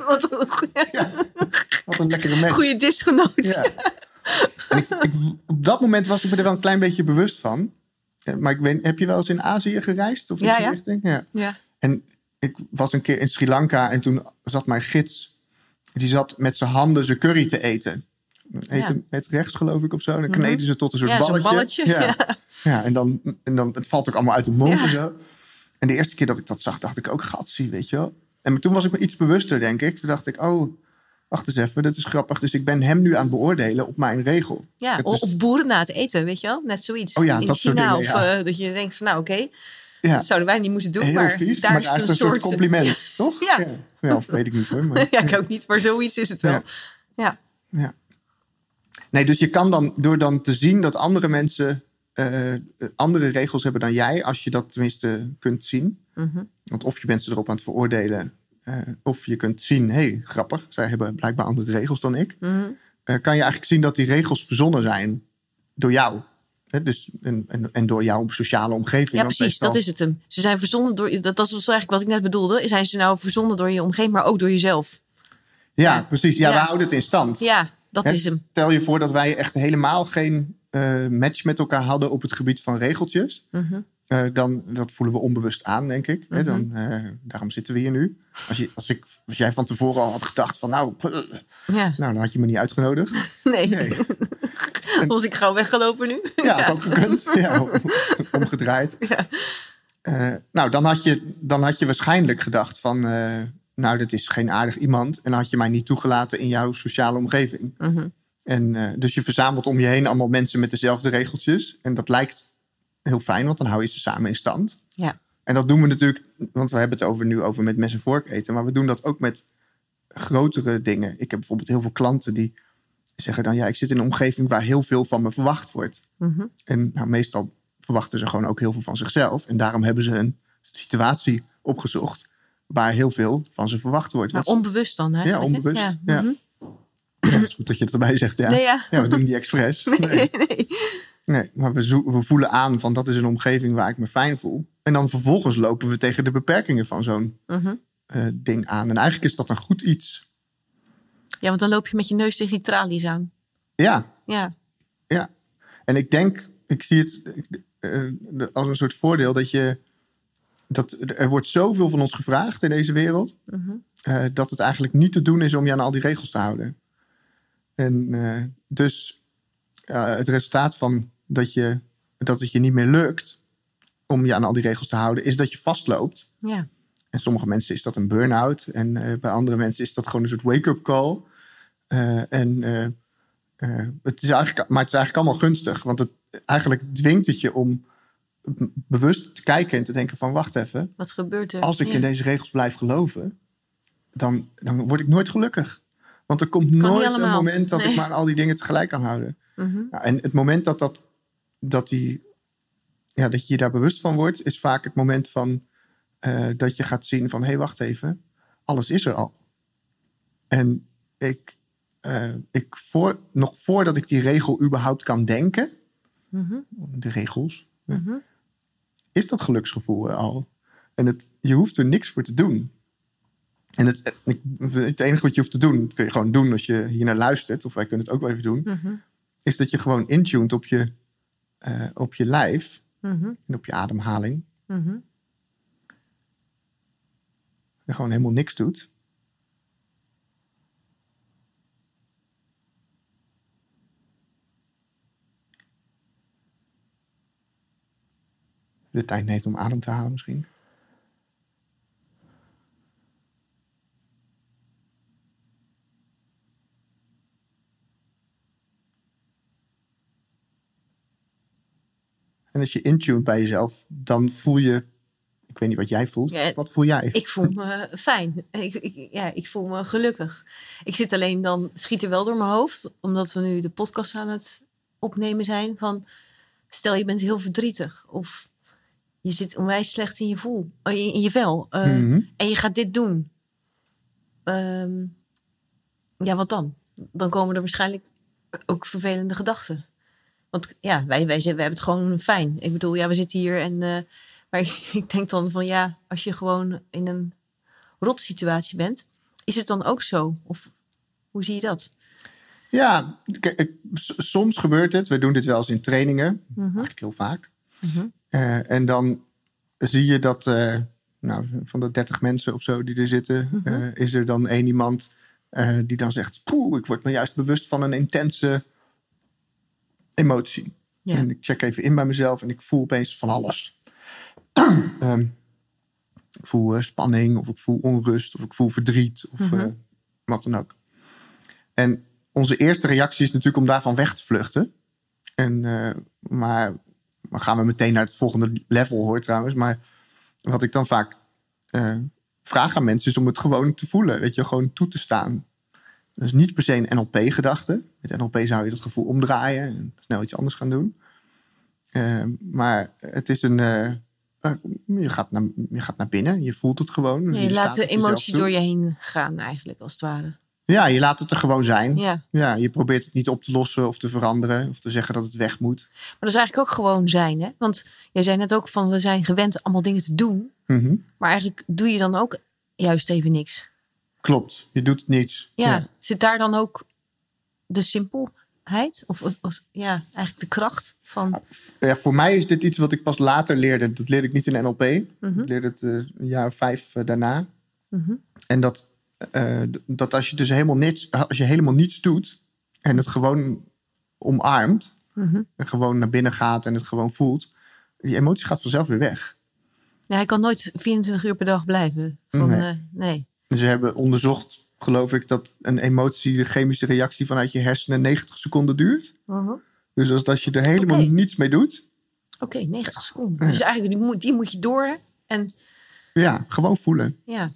Wat een lekkere mens. Goeie disgenoot. Ja. En op dat moment was ik me er wel een klein beetje bewust van. Maar ik weet, heb je wel eens in Azië gereisd? Of iets in die richting? Ja. En ik was een keer in Sri Lanka en toen zat mijn gids... die zat met zijn handen zijn curry te eten. Met rechts, geloof ik, of zo. En dan kneden ze tot een soort balletje. Zo'n balletje. Ja, en dan het valt ook allemaal uit de mond en zo. En de eerste keer dat ik dat zag, dacht ik ook, gatsie, weet je wel. En toen was ik me iets bewuster, denk ik. Toen dacht ik, wacht eens even, dat is grappig. Dus ik ben hem nu aan het beoordelen op mijn regel. Ja, of boeren na het eten, weet je wel. Net zoiets. Oh ja, in dat China, soort dingen, dat je denkt van, oké, dat zouden wij niet moeten doen. Heel maar vies, daar maar is daar is een soort compliment, toch? Ja, of weet ik niet hoor. Maar, ja, ik ook niet, maar zoiets is het wel. Ja. Nee, dus je kan dan, door dan te zien dat andere mensen andere regels hebben dan jij, als je dat tenminste kunt zien. Mm-hmm. Want of je bent ze erop aan het veroordelen, of je kunt zien, grappig, zij hebben blijkbaar andere regels dan ik. Mm-hmm. Kan je eigenlijk zien dat die regels verzonnen zijn door jou. Dus, en door jouw sociale omgeving. Ja, precies, dat is het hem. Ze zijn verzonnen door, dat was eigenlijk wat ik net bedoelde. Zijn ze nou verzonnen door je omgeving, maar ook door jezelf? Ja, precies. Ja, we houden het in stand. Ja, dat is hem. Stel je voor dat wij echt helemaal geen match met elkaar hadden op het gebied van regeltjes. Mm-hmm. Dan dat voelen we onbewust aan, denk ik. Mm-hmm. Daarom zitten we hier nu. Als jij van tevoren al had gedacht van dan had je me niet uitgenodigd. Nee. Was ik gauw weggelopen nu? Ja, had ook gekund. Ja, omgedraaid. Ja. Dan had je waarschijnlijk gedacht van... dit is geen aardig iemand. En dan had je mij niet toegelaten in jouw sociale omgeving. Mm-hmm. En dus je verzamelt om je heen allemaal mensen met dezelfde regeltjes. En dat lijkt heel fijn, want dan hou je ze samen in stand. Ja. En dat doen we natuurlijk, want we hebben het nu over met mes en vork eten. Maar we doen dat ook met grotere dingen. Ik heb bijvoorbeeld heel veel klanten die zeggen dan... ik zit in een omgeving waar heel veel van me verwacht wordt. Mm-hmm. En meestal verwachten ze gewoon ook heel veel van zichzelf. En daarom hebben ze een situatie opgezocht waar heel veel van ze verwacht wordt. Maar onbewust dan, hè? Ja, onbewust. Ja. Mm-hmm. Ja, het is goed dat je het erbij zegt. Ja, ja we doen niet expres. Nee, maar we voelen aan van dat is een omgeving waar ik me fijn voel. En dan vervolgens lopen we tegen de beperkingen van zo'n ding aan. En eigenlijk is dat een goed iets. Ja, want dan loop je met je neus tegen die tralies aan. Ja. Ja. En ik zie het als een soort voordeel dat er wordt zoveel van ons gevraagd in deze wereld. Mm-hmm. Dat het eigenlijk niet te doen is om je aan al die regels te houden. En dus het resultaat van dat het je niet meer lukt om je aan al die regels te houden, is dat je vastloopt. Ja. En sommige mensen is dat een burn-out. En bij andere mensen is dat gewoon een soort wake-up call. Het is eigenlijk allemaal gunstig. Want eigenlijk dwingt het je om bewust te kijken en te denken van... wacht even, wat gebeurt er? Als ik in deze regels blijf geloven... dan word ik nooit gelukkig. Want er komt nooit een moment dat ik maar al die dingen tegelijk kan houden. Mm-hmm. Ja, en het moment dat je je daar bewust van wordt... is vaak het moment van dat je gaat zien van... hé, wacht even, alles is er al. En nog voordat ik die regel überhaupt kan denken... Mm-hmm. de regels... Mm-hmm. is dat geluksgevoel er al. En je hoeft er niks voor te doen. En het enige wat je hoeft te doen... dat kun je gewoon doen als je hier naar luistert... of wij kunnen het ook wel even doen... Mm-hmm. is dat je gewoon intuned op je lijf... Mm-hmm. en op je ademhaling... Mm-hmm. en gewoon helemaal niks doet... de tijd neemt om adem te halen misschien. En als je intuned bij jezelf, dan voel je... Ik weet niet wat jij voelt. Ja, wat voel jij? Ik voel me fijn. Ik voel me gelukkig. Ik zit alleen dan... schiet er wel door mijn hoofd... omdat we nu de podcast aan het opnemen zijn... van stel je bent heel verdrietig... of je zit onwijs slecht in je vel... Mm-hmm. en je gaat dit doen. Wat dan? Dan komen er waarschijnlijk ook vervelende gedachten. Want ja, wij hebben het gewoon fijn. Ik bedoel, ja, we zitten hier en... maar ik denk dan van als je gewoon in een rotsituatie bent... is het dan ook zo? Of hoe zie je dat? Ja, soms gebeurt het. We doen dit wel eens in trainingen. Mm-hmm. Eigenlijk heel vaak. Mm-hmm. En dan zie je dat van de 30 mensen of zo die er zitten... Mm-hmm. Is er dan één iemand die dan zegt... poeh, ik word me juist bewust van een intense emotie. Ja. En ik check even in bij mezelf en ik voel opeens van alles. Ik voel spanning of ik voel onrust of ik voel verdriet of wat dan ook. En onze eerste reactie is natuurlijk om daarvan weg te vluchten. Maar dan gaan we meteen naar het volgende level, hoor trouwens. Maar wat ik dan vaak vraag aan mensen is om het gewoon te voelen. Weet je, gewoon toe te staan. Dat is niet per se een NLP-gedachte. Met NLP zou je dat gevoel omdraaien en snel iets anders gaan doen. Maar het is een... Je gaat naar binnen, je voelt het gewoon. Ja, je laat de emotie door je heen gaan eigenlijk, als het ware. Ja, je laat het er gewoon zijn. Ja, je probeert het niet op te lossen of te veranderen... of te zeggen dat het weg moet. Maar dat is eigenlijk ook gewoon zijn, hè? Want jij zei net ook van, we zijn gewend allemaal dingen te doen. Mm-hmm. Maar eigenlijk doe je dan ook juist even niks. Klopt, je doet niets. Ja. Zit daar dan ook de simpelheid? Of eigenlijk de kracht van... Ja, voor mij is dit iets wat ik pas later leerde. Dat leerde ik niet in NLP. Mm-hmm. Ik leerde het een jaar of 5 daarna. Mm-hmm. En dat als je dus helemaal niets doet... en het gewoon omarmt... Mm-hmm. en gewoon naar binnen gaat en het gewoon voelt... die emotie gaat vanzelf weer weg. Ja, hij kan nooit 24 uur per dag blijven. Nee. Ze hebben onderzocht, geloof ik... dat een emotie, de chemische reactie vanuit je hersenen... 90 seconden duurt. Uh-huh. Dus als je er helemaal niets mee doet... Oké, 90 seconden. Ja. Dus eigenlijk die moet je door. En... Ja, gewoon voelen. Ja.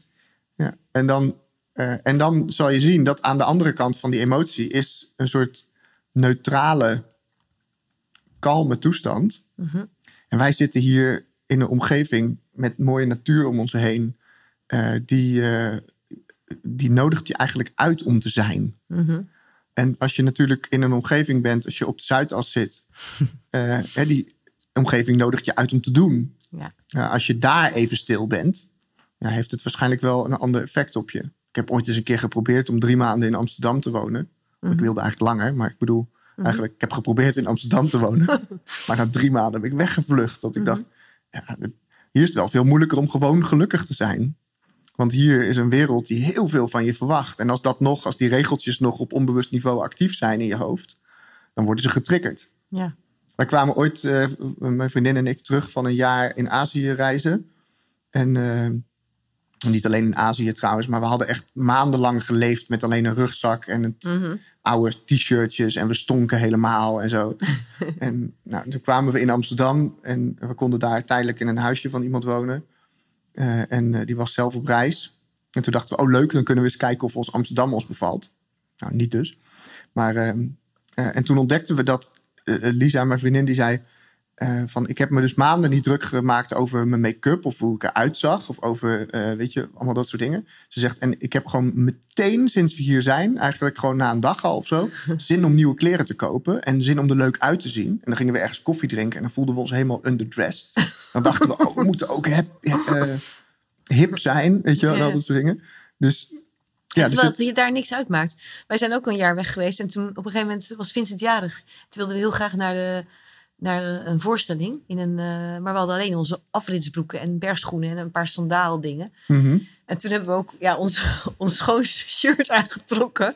En dan zal je zien dat aan de andere kant van die emotie... is een soort neutrale, kalme toestand. Uh-huh. En wij zitten hier in een omgeving met mooie natuur om ons heen... die nodigt je eigenlijk uit om te zijn. Uh-huh. En als je natuurlijk in een omgeving bent... als je op de Zuidas zit... die omgeving nodigt je uit om te doen. Ja. Als je daar even stil bent... heeft het waarschijnlijk wel een ander effect op je. Ik heb ooit eens een keer geprobeerd om 3 maanden in Amsterdam te wonen. Mm-hmm. Ik wilde eigenlijk langer, maar ik bedoel... eigenlijk, ik heb geprobeerd in Amsterdam te wonen. Maar na 3 maanden ben ik weggevlucht. Dat ik dacht, hier is het wel veel moeilijker om gewoon gelukkig te zijn. Want hier is een wereld die heel veel van je verwacht. En als die regeltjes nog op onbewust niveau actief zijn in je hoofd... dan worden ze getriggerd. Ja. Wij kwamen ooit, mijn vriendin en ik, terug van een jaar in Azië reizen. En Niet alleen in Azië trouwens, maar we hadden echt maandenlang geleefd met alleen een rugzak en het oude t-shirtjes. En we stonken helemaal en zo. En toen kwamen we in Amsterdam en we konden daar tijdelijk in een huisje van iemand wonen. En die was zelf op reis. En toen dachten we, leuk, dan kunnen we eens kijken of ons Amsterdam ons bevalt. Nou, niet dus. Maar, en toen ontdekten we dat Lisa, mijn vriendin, die zei... ik heb me dus maanden niet druk gemaakt over mijn make-up... of hoe ik eruit zag, of over, allemaal dat soort dingen. Ze zegt, en ik heb gewoon meteen, sinds we hier zijn... eigenlijk gewoon na een dag al of zo... zin om nieuwe kleren te kopen... en zin om er leuk uit te zien. En dan gingen we ergens koffie drinken... en dan voelden we ons helemaal underdressed. Dan dachten we, we moeten ook hip zijn, weet je wel, en al dat soort dingen. Dus... Ja, terwijl je daar niks uitmaakt. Wij zijn ook een jaar weg geweest. En toen op een gegeven moment was Vincent jarig. Toen wilden we heel graag naar een voorstelling. Maar we hadden alleen onze afritsbroeken en bergschoenen... en een paar sandaaldingen. Mm-hmm. En toen hebben we ook ons schoonste shirt aangetrokken.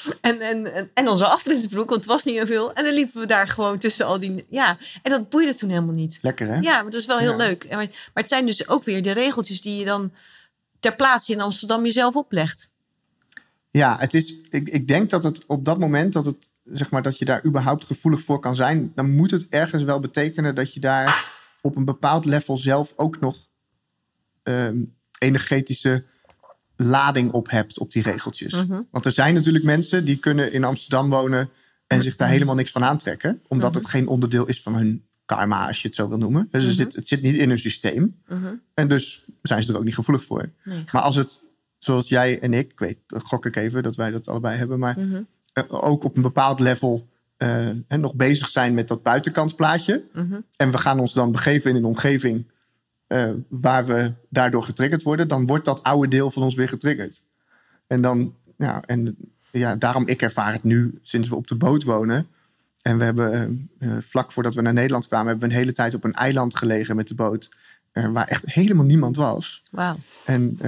En onze afritsbroek, want het was niet heel veel. En dan liepen we daar gewoon tussen al die... Ja, en dat boeide toen helemaal niet. Lekker, hè? Ja, maar dat is wel heel leuk. Maar het zijn dus ook weer de regeltjes... die je dan ter plaatse in Amsterdam jezelf oplegt. Ja, het is. Ik denk dat het op dat moment dat je daar überhaupt gevoelig voor kan zijn, dan moet het ergens wel betekenen dat je daar op een bepaald level zelf ook nog energetische lading op hebt op die regeltjes. Mm-hmm. Want er zijn natuurlijk mensen die kunnen in Amsterdam wonen en zich daar helemaal niks van aantrekken, omdat het geen onderdeel is van hun karma, als je het zo wil noemen. Dus het zit niet in hun systeem. Mm-hmm. En dus zijn ze er ook niet gevoelig voor. Nee. Maar als het zoals jij en ik weet, gok ik even dat wij dat allebei hebben... maar ook op een bepaald level nog bezig zijn met dat buitenkantsplaatje. Mm-hmm. En we gaan ons dan begeven in een omgeving waar we daardoor getriggerd worden... dan wordt dat oude deel van ons weer getriggerd. En dan, daarom ik ervaar het nu sinds we op de boot wonen... en we hebben vlak voordat we naar Nederland kwamen... hebben we een hele tijd op een eiland gelegen met de boot... waar echt helemaal niemand was. Wauw. En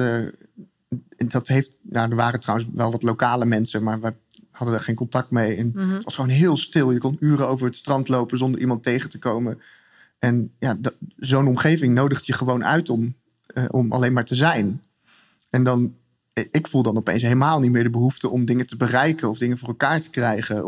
dat heeft... er waren trouwens wel wat lokale mensen... maar we hadden er geen contact mee. En het was gewoon heel stil. Je kon uren over het strand lopen zonder iemand tegen te komen. En zo'n omgeving nodigt je gewoon uit om alleen maar te zijn. En dan... Ik voel dan opeens helemaal niet meer de behoefte om dingen te bereiken... of dingen voor elkaar te krijgen.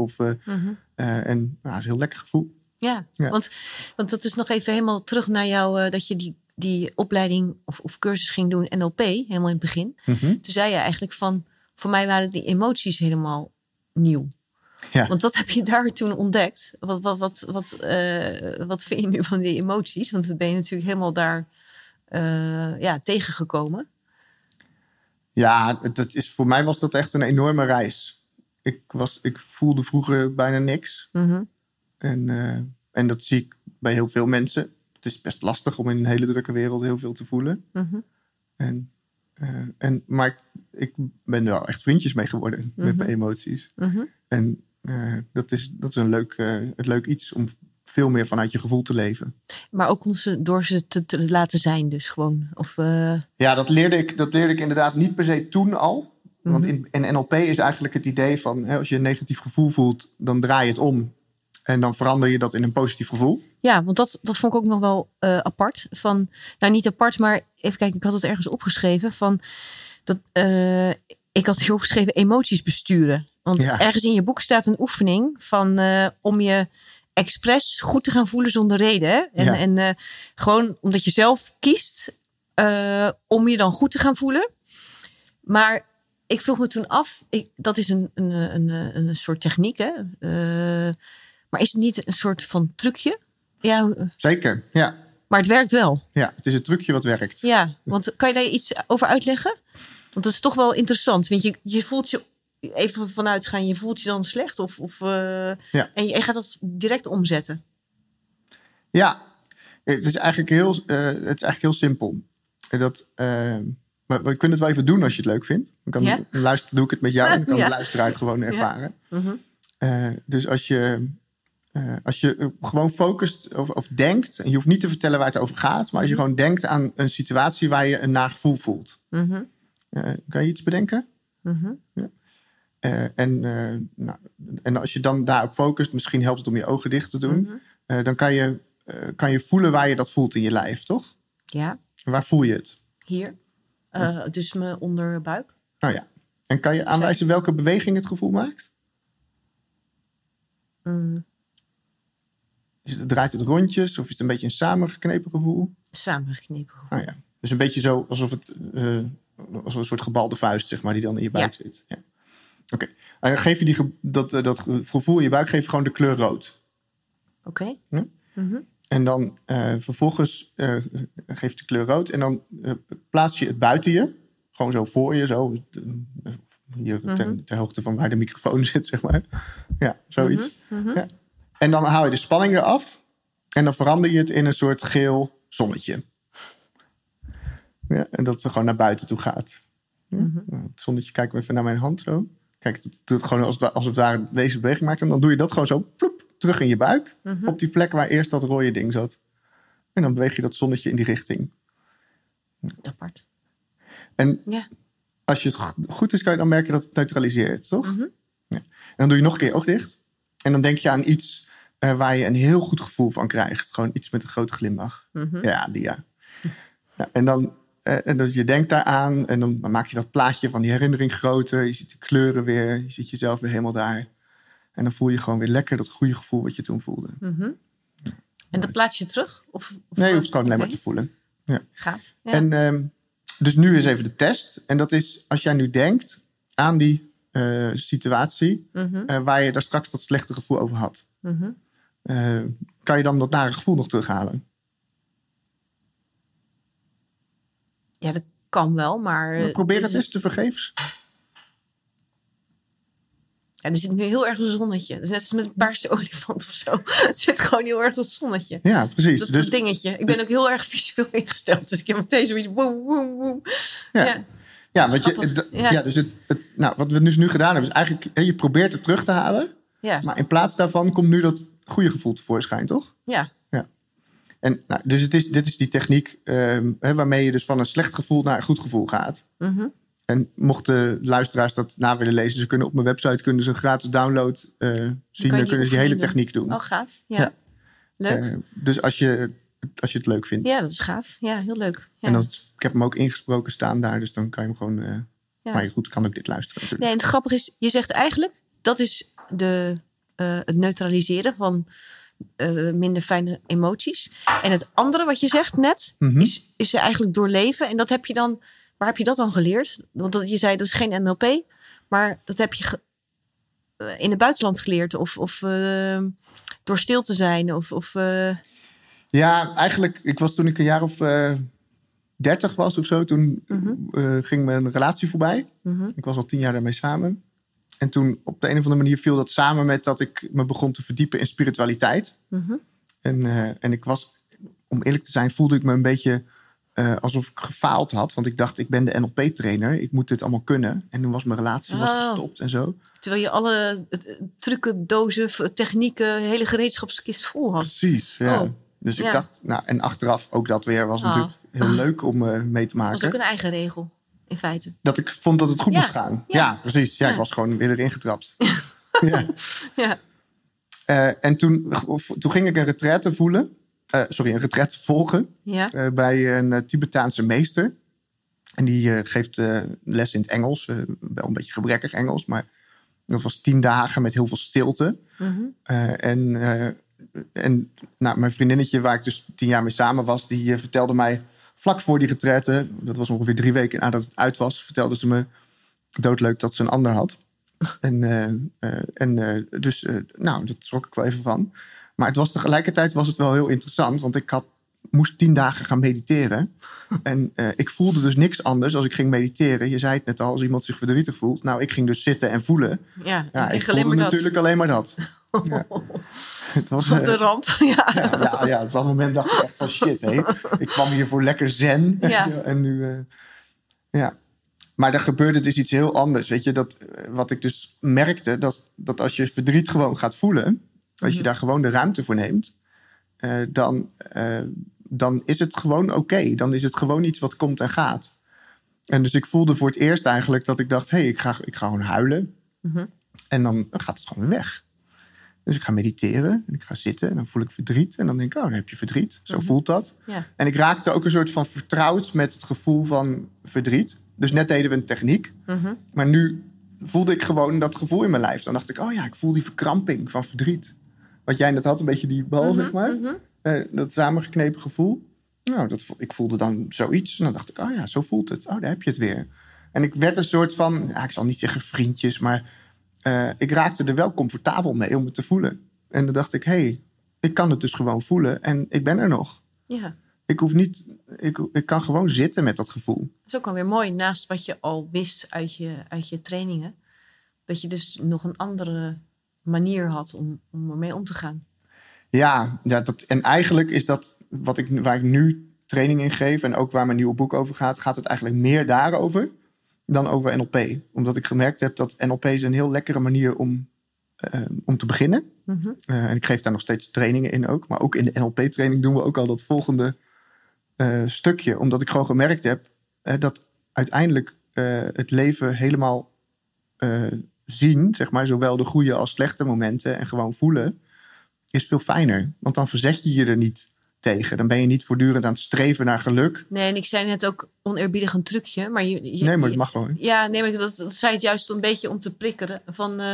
En dat is een heel lekker gevoel. Ja. Want dat is nog even helemaal terug naar jou... dat je die opleiding of cursus ging doen, NLP, helemaal in het begin. Mm-hmm. Toen zei je eigenlijk van... voor mij waren die emoties helemaal nieuw. Ja. Want wat heb je daar toen ontdekt? Wat vind je nu van die emoties? Want dan ben je natuurlijk helemaal daar tegengekomen. Ja, voor mij was dat echt een enorme reis. Ik voelde vroeger bijna niks. Mm-hmm. En dat zie ik bij heel veel mensen. Het is best lastig om in een hele drukke wereld heel veel te voelen. Mm-hmm. Maar ik ben er wel echt vriendjes mee geworden met mijn emoties. Mm-hmm. En dat is een leuk iets om veel meer vanuit je gevoel te leven. Maar ook door ze te laten zijn dus gewoon? Ja, dat leerde ik inderdaad niet per se toen al. Mm-hmm. Want in NLP is eigenlijk het idee van... als je een negatief gevoel voelt, dan draai je het om. En dan verander je dat in een positief gevoel. Ja, want dat vond ik ook nog wel apart. Niet apart, maar even kijken, ik had het ergens opgeschreven. Ik had hier opgeschreven emoties besturen. Want ergens in je boek staat een oefening van om je expres goed te gaan voelen zonder reden. Hè? En gewoon omdat je zelf kiest om je dan goed te gaan voelen. Maar ik vroeg me toen af, dat is een soort techniek, hè? Maar is het niet een soort van trucje? Ja. Zeker, ja. Maar het werkt wel. Ja, het is een trucje wat werkt. Ja, want kan je daar iets over uitleggen? Want dat is toch wel interessant. Want je voelt je even vanuit gaan, je voelt je dan slecht? En je gaat dat direct omzetten? Ja, het is eigenlijk heel simpel. Maar we kunnen het wel even doen als je het leuk vindt. Dan doe ik het met jou en dan kan de luisteraar het gewoon ervaren. Ja. Mm-hmm. Dus als je gewoon focust of denkt... en je hoeft niet te vertellen waar het over gaat... maar als je gewoon denkt aan een situatie waar je een naar gevoel voelt. Mm-hmm. Kan je iets bedenken? Mm-hmm. Ja. En als je dan daarop focust... misschien helpt het om je ogen dicht te doen... Mm-hmm. Dan kan je voelen waar je dat voelt in je lijf, toch? Ja. Waar voel je het? Hier. Dus mijn onderbuik. Oh ja. En kan je aanwijzen welke beweging het gevoel maakt? Draait het rondjes of is het een beetje een samengeknepen gevoel? Samengeknepen gevoel. Oh ja. Dus een beetje zo alsof het als een soort gebalde vuist, zeg maar, die dan in je buik zit. Ja. Oké. En dan geef je dat gevoel in je buik geef je gewoon de kleur rood. Oké. Ja? En dan vervolgens geef je de kleur rood en dan plaats je het buiten je. Gewoon zo voor je, zo. Hier ter hoogte van waar de microfoon zit, zeg maar. Ja, zoiets. Ja. En dan haal je de spanning eraf. En dan verander je het in een soort geel zonnetje. Ja, en dat het gewoon naar buiten toe gaat. Ja. Het zonnetje, kijken we even naar mijn hand zo. Kijk, het doet gewoon alsof daar deze beweging maakt. En dan doe je dat gewoon zo ploep, terug in je buik. Op die plek waar eerst dat rode ding zat. En dan beweeg je dat zonnetje in die richting. Apart. En als je het goed is, kan je dan merken dat het neutraliseert, toch? Ja. En dan doe je nog een keer oog dicht. En dan denk je aan iets waar je een heel goed gevoel van krijgt. Gewoon iets met een grote glimlach. Ja, die ja. En dan je denkt daaraan. En dan maak je dat plaatje van die herinnering groter. Je ziet de kleuren weer. Je ziet jezelf weer helemaal daar. En dan voel je gewoon weer lekker dat goede gevoel wat je toen voelde. Ja, en dat plaats je terug? Of nee, je hoeft het gewoon alleen maar te voelen. Ja. Gaaf. Ja. En dus nu is even de test. En dat is als jij nu denkt aan die situatie waar je daar straks dat slechte gevoel over had. Kan je dan dat nare gevoel nog terughalen? Ja, dat kan wel, maar... Probeer het eens te vergeefs. Ja, er zit nu heel erg een zonnetje. Het is net als met een paarse olifant of zo. Het zit gewoon heel erg dat zonnetje. Ja, precies. Dat dingetje. Ik ben ook heel erg visueel ingesteld. Dus ik heb meteen zoiets... Woem, woem, woem. Ja, dus wat we dus nu gedaan hebben... is eigenlijk, je probeert het terug te halen. Ja. Maar in plaats daarvan komt nu dat goede gevoel tevoorschijn, toch? Ja. En dus dit is die techniek waarmee je dus van een slecht gevoel naar een goed gevoel gaat. En mochten luisteraars dat na willen lezen... ze kunnen op mijn website een gratis download zien. Dan kunnen ze die hele techniek doen. Oh, gaaf. Ja. Leuk. Dus als je het leuk vindt. Ja, dat is gaaf. Ja, heel leuk. Ja. En ik heb hem ook ingesproken staan daar. Dus dan kan je hem gewoon... Maar goed, kan ook dit luisteren natuurlijk. Nee, en het grappige is, je zegt eigenlijk... dat is het neutraliseren van minder fijne emoties. En het andere wat je zegt net... is eigenlijk doorleven. En dat heb je dan... Waar heb je dat dan geleerd? Want je zei, dat is geen NLP. Maar dat heb je in het buitenland geleerd. Of door stil te zijn. Ja, eigenlijk. Ik was toen ik een jaar of 30 was of zo. Toen ging mijn relatie voorbij. Ik was al 10 jaar daarmee samen. En toen op de een of andere manier viel dat samen met dat ik me begon te verdiepen in spiritualiteit. En ik was, om eerlijk te zijn, voelde ik me een beetje... alsof ik gefaald had. Want ik dacht, ik ben de NLP-trainer. Ik moet dit allemaal kunnen. En toen was mijn relatie gestopt en zo. Terwijl je alle trucken, dozen, technieken... hele gereedschapskist vol had. Precies, ja. Dus ik dacht... en achteraf ook dat weer was natuurlijk heel leuk om mee te maken. Dat was ook een eigen regel, in feite. Dat ik vond dat het goed moest gaan. Ja, precies. Ja, ik was gewoon weer erin getrapt. En toen ging ik een retraite voelen... een retret volgen bij een Tibetaanse meester. En die geeft les in het Engels. Wel een beetje gebrekkig Engels, maar dat was 10 dagen met heel veel stilte. Mijn vriendinnetje, waar ik dus 10 jaar mee samen was... die vertelde mij vlak voor die retraite... dat was ongeveer 3 weken nadat het uit was... vertelde ze me doodleuk dat ze een ander had. Dus dat schrok ik wel even van... Maar tegelijkertijd was het wel heel interessant. Want ik moest 10 dagen gaan mediteren. En ik voelde dus niks anders als ik ging mediteren. Je zei het net al, als iemand zich verdrietig voelt. Nou, ik ging dus zitten en voelen. Ja, ik voelde natuurlijk alleen maar dat. Ja. Het was wat een ramp. Op dat moment dacht ik echt van shit. Hé. Ik kwam hier voor lekker zen. En nu... Maar er gebeurde dus iets heel anders. Weet je, wat ik dus merkte... dat als je verdriet gewoon gaat voelen... Als je daar gewoon de ruimte voor neemt, dan is het gewoon oké. Dan is het gewoon iets wat komt en gaat. En dus ik voelde voor het eerst eigenlijk dat ik dacht... ik ga gewoon huilen. En dan gaat het gewoon weer weg. Dus ik ga mediteren en ik ga zitten en dan voel ik verdriet. En dan denk ik, dan heb je verdriet. Zo voelt dat. Ja. En ik raakte ook een soort van vertrouwd met het gevoel van verdriet. Dus net deden we een techniek. Maar nu voelde ik gewoon dat gevoel in mijn lijf. Dan dacht ik, ik voel die verkramping van verdriet. Wat jij net had, een beetje die bal, zeg maar. Dat samengeknepen gevoel. Nou, ik voelde dan zoiets. En dan dacht ik, zo voelt het. Daar heb je het weer. En ik werd een soort van, ik zal niet zeggen vriendjes, maar ik raakte er wel comfortabel mee om het te voelen. En dan dacht ik, ik kan het dus gewoon voelen en ik ben er nog. Ja. Ik kan gewoon zitten met dat gevoel. Dat is ook alweer mooi, naast wat je al wist uit je trainingen. Dat je dus nog een andere manier had om ermee om te gaan. Ja, en eigenlijk is dat waar ik nu training in geef en ook waar mijn nieuwe boek over gaat het eigenlijk meer daarover dan over NLP. Omdat ik gemerkt heb dat NLP is een heel lekkere manier om te beginnen. En ik geef daar nog steeds trainingen in ook. Maar ook in de NLP-training doen we ook al dat volgende stukje. Omdat ik gewoon gemerkt heb dat uiteindelijk het leven helemaal zien, zeg maar, zowel de goede als slechte momenten en gewoon voelen, is veel fijner. Want dan verzet je je er niet tegen. Dan ben je niet voortdurend aan het streven naar geluk. Nee, en ik zei net ook oneerbiedig een trucje. Maar nee, maar het mag gewoon. Ja, nee, maar dat zei het juist een beetje om te prikkeren.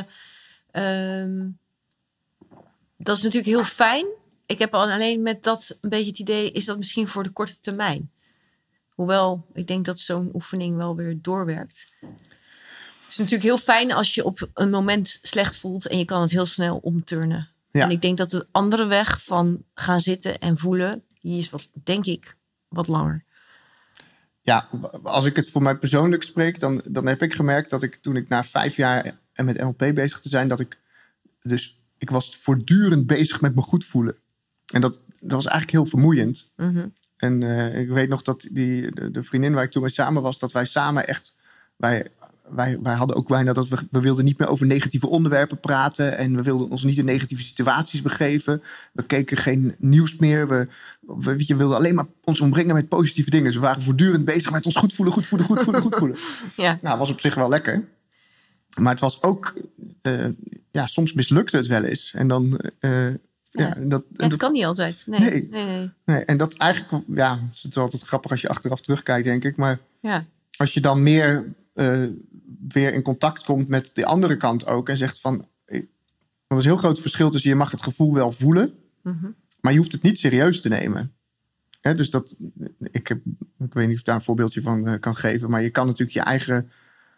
Dat is natuurlijk heel fijn. Ik heb alleen met dat een beetje het idee, is dat misschien voor de korte termijn. Hoewel, ik denk dat zo'n oefening wel weer doorwerkt. Het is natuurlijk heel fijn als je op een moment slecht voelt en je kan het heel snel omturnen. Ja. En ik denk dat de andere weg van gaan zitten en voelen, die is denk ik wat langer. Ja, als ik het voor mij persoonlijk spreek, dan heb ik gemerkt dat toen ik na 5 jaar met NLP bezig te zijn, ik was voortdurend bezig met me goed voelen. En dat was eigenlijk heel vermoeiend. En ik weet nog dat de vriendin waar ik toen mee samen was, dat wij samen echt, wij hadden ook bijna dat we wilden niet meer over negatieve onderwerpen praten. En we wilden ons niet in negatieve situaties begeven. We keken geen nieuws meer. We wilden alleen maar ons omringen met positieve dingen. Dus we waren voortdurend bezig met ons goed voelen. Ja. Nou, was op zich wel lekker. Maar het was ook, soms mislukte het wel eens. En dan, het kan niet altijd. Nee. En dat eigenlijk, het is altijd grappig als je achteraf terugkijkt, denk ik. Maar als je dan meer weer in contact komt met de andere kant ook en zegt van, want er is een heel groot verschil tussen je mag het gevoel wel voelen, maar je hoeft het niet serieus te nemen. Dus ik weet niet of ik daar een voorbeeldje van kan geven, maar je kan natuurlijk je eigen,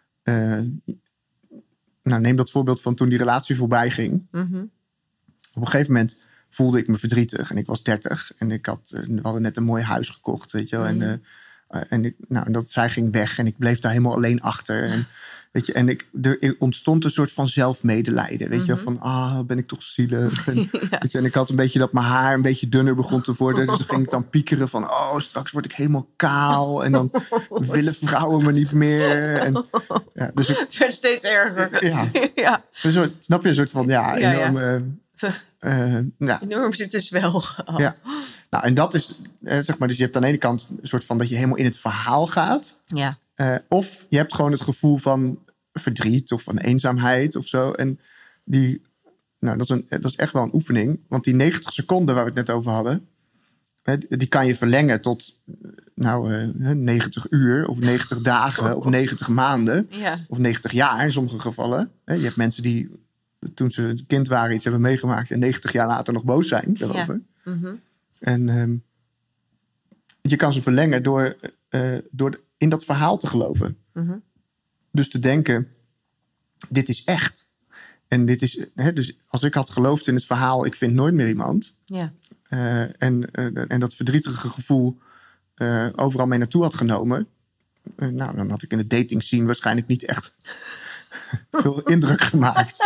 neem dat voorbeeld van toen die relatie voorbij ging. Op een gegeven moment voelde ik me verdrietig en ik was 30 en we hadden net een mooi huis gekocht, weet je wel. En zij ging weg en ik bleef daar helemaal alleen achter. En, weet je, er ontstond een soort van zelfmedelijden. Weet je, van ben ik toch zielig. En, weet je, en ik had een beetje dat mijn haar een beetje dunner begon te worden. Dus dan ging ik dan piekeren van, straks word ik helemaal kaal. En dan willen vrouwen me niet meer. En, dus het werd steeds erger. Ja. Dus, snap je, een soort van, enorm... enorm zit dus wel. Ja. Nou, en dat is, zeg maar, dus je hebt aan de ene kant een soort van dat je helemaal in het verhaal gaat. Ja. Of je hebt gewoon het gevoel van verdriet of van eenzaamheid of zo. En dat is echt wel een oefening. Want die 90 seconden waar we het net over hadden, die kan je verlengen tot 90 uur of 90 dagen of 90 maanden. Ja. Of 90 jaar in sommige gevallen. Je hebt mensen die toen ze een kind waren iets hebben meegemaakt en 90 jaar later nog boos zijn daarover. Ja. En je kan ze verlengen door in dat verhaal te geloven. Dus te denken, dit is echt. En dit is, dus als ik had geloofd in het verhaal, ik vind nooit meer iemand. Ja. En dat verdrietige gevoel overal mee naartoe had genomen. Dan had ik in de dating scene waarschijnlijk niet echt veel indruk gemaakt.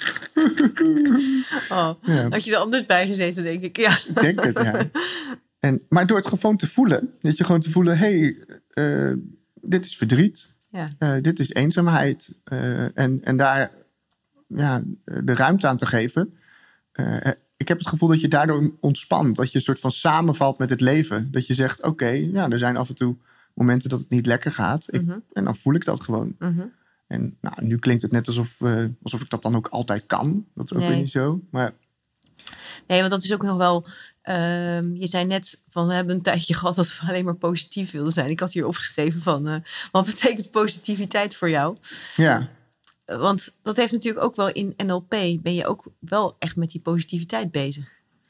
Had je er anders bij gezeten, denk ik. Ja. Ik denk het, ja. Maar door het gewoon te voelen. Dat je gewoon te voelen, dit is verdriet. Ja. Dit is eenzaamheid. En daar de ruimte aan te geven. Ik heb het gevoel dat je daardoor ontspant. Dat je een soort van samenvalt met het leven. Dat je zegt, oké, er zijn af en toe momenten dat het niet lekker gaat. En dan voel ik dat gewoon. En nu klinkt het net alsof ik dat dan ook altijd kan. Dat is ook weer niet zo. Maar... Nee, want dat is ook nog wel... je zei net van we hebben een tijdje gehad dat we alleen maar positief wilden zijn. Ik had hier opgeschreven van wat betekent positiviteit voor jou? Ja. Want dat heeft natuurlijk ook wel in NLP. Ben je ook wel echt met die positiviteit bezig?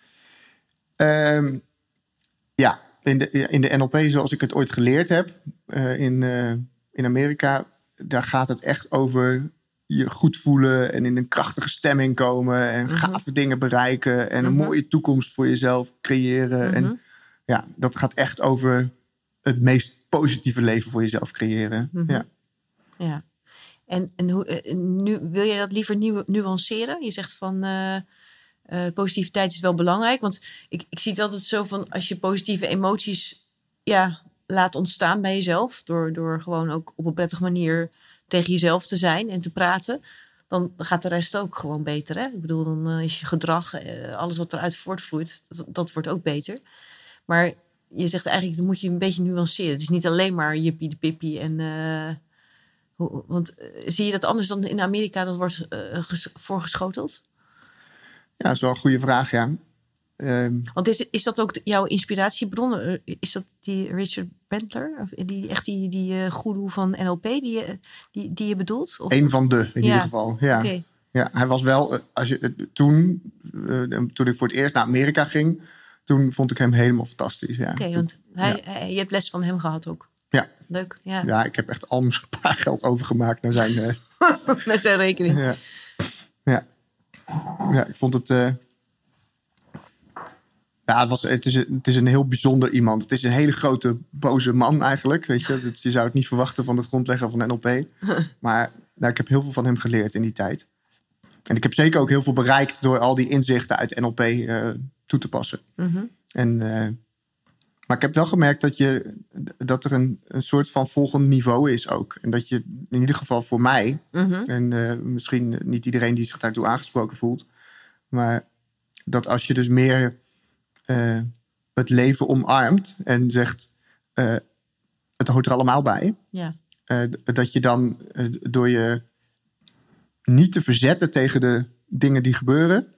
Ja, in de NLP zoals ik het ooit geleerd heb in Amerika, daar gaat het echt over je goed voelen en in een krachtige stemming komen en gave dingen bereiken en een mooie toekomst voor jezelf creëren. En ja, dat gaat echt over het meest positieve leven voor jezelf creëren. Ja. En nu wil je dat liever nuanceren? Je zegt van positiviteit is wel belangrijk. Want ik zie het altijd zo van als je positieve emoties laat ontstaan bij jezelf. Door gewoon ook op een prettige manier tegen jezelf te zijn en te praten. Dan gaat de rest ook gewoon beter. Hè? Ik bedoel, dan is je gedrag, alles wat eruit voortvloeit, dat wordt ook beter. Maar je zegt eigenlijk, dan moet je een beetje nuanceren. Het is niet alleen maar jippie de pippie en... Want zie je dat anders dan in Amerika dat wordt voorgeschoteld? Ja, dat is wel een goede vraag, ja. Want is dat ook jouw inspiratiebron? Is dat die Richard Bandler? Die goeroe van NLP die je bedoelt? Of? Eén van in ieder geval, ja. Okay. Ja, hij was wel... Toen ik voor het eerst naar Amerika ging... toen vond ik hem helemaal fantastisch. Ja. Oké, want je hebt les van hem gehad ook. Ja. Leuk, ja. Ja, ik heb echt al mijn spaargeld overgemaakt naar zijn... naar zijn rekening. Ja, ik vond het... het is een heel bijzonder iemand. Het is een hele grote, boze man eigenlijk. Weet je? Je zou het niet verwachten van de grondlegger van NLP. Maar ik heb heel veel van hem geleerd in die tijd. En ik heb zeker ook heel veel bereikt... door al die inzichten uit NLP toe te passen. Maar ik heb wel gemerkt dat er een soort van volgend niveau is ook. En dat je in ieder geval voor mij... en misschien niet iedereen die zich daartoe aangesproken voelt... maar dat als je dus meer het leven omarmt... en zegt, het hoort er allemaal bij... Ja. Dat je dan door je niet te verzetten tegen de dingen die gebeuren...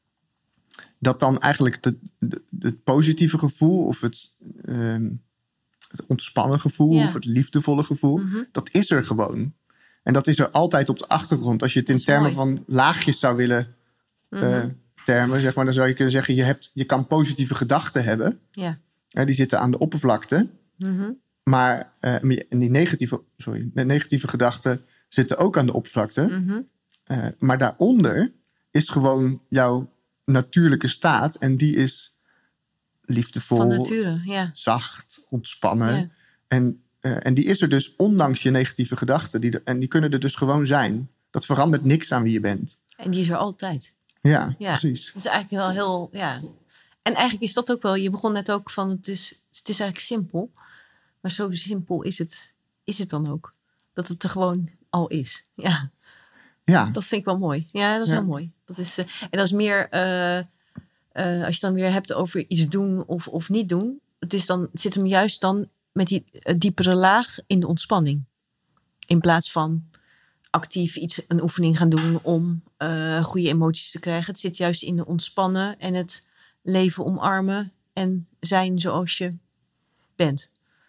dat dan eigenlijk het positieve gevoel... of het ontspannen gevoel of het liefdevolle gevoel... dat is er gewoon. En dat is er altijd op de achtergrond. Als je het in termen van laagjes zou willen termen... zeg maar, dan zou je kunnen zeggen... je kan positieve gedachten hebben. Ja. Die zitten aan de oppervlakte. Maar die negatieve gedachten zitten ook aan de oppervlakte. Maar daaronder is gewoon jouw natuurlijke staat. En die is liefdevol, van nature, zacht, ontspannen. Ja. En die is er dus ondanks je negatieve gedachten. En die kunnen er dus gewoon zijn. Dat verandert niks aan wie je bent. En die is er altijd. Ja, precies. Dat is eigenlijk wel heel... Ja. En eigenlijk is dat ook wel... Je begon net ook van... Het is eigenlijk simpel. Maar zo simpel is het dan ook. Dat het er gewoon al is. Ja. Dat vind ik wel mooi. Ja, dat is heel mooi. Dat is, en dat is meer... als je dan weer hebt over iets doen of niet doen... zit hem juist dan met die diepere laag in de ontspanning. In plaats van actief een oefening gaan doen... om goede emoties te krijgen. Het zit juist in de ontspannen en het leven omarmen... en zijn zoals je bent.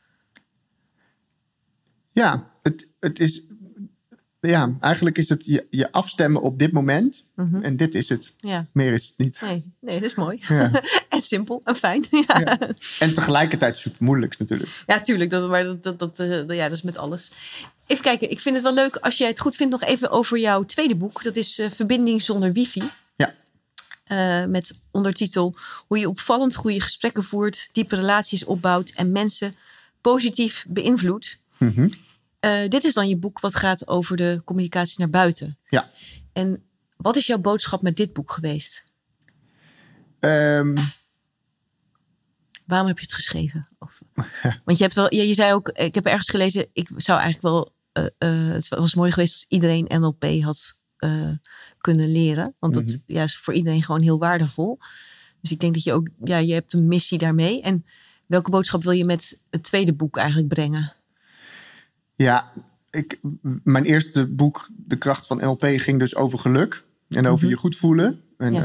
Ja, het is... Ja, eigenlijk is het je afstemmen op dit moment. En dit is het. Ja. Meer is het niet. Nee, dat is mooi. Ja. En simpel en fijn. Ja. En tegelijkertijd super moeilijk natuurlijk. Ja, tuurlijk. Dat is met alles. Even kijken, ik vind het wel leuk als jij het goed vindt... nog even over jouw tweede boek. Dat is Verbinding zonder wifi. Ja. Met ondertitel... Hoe je opvallend goede gesprekken voert... diepe relaties opbouwt... en mensen positief beïnvloedt. Dit is dan je boek wat gaat over de communicatie naar buiten. Ja. En wat is jouw boodschap met dit boek geweest? Waarom heb je het geschreven? Want je zei ook, ik heb ergens gelezen... ik zou eigenlijk wel... het was mooi geweest als iedereen NLP had kunnen leren. Want dat is voor iedereen gewoon heel waardevol. Dus ik denk dat je ook... Ja, je hebt een missie daarmee. En welke boodschap wil je met het tweede boek eigenlijk brengen? Ja, mijn eerste boek, De Kracht van NLP, ging dus over geluk. En over je goed voelen.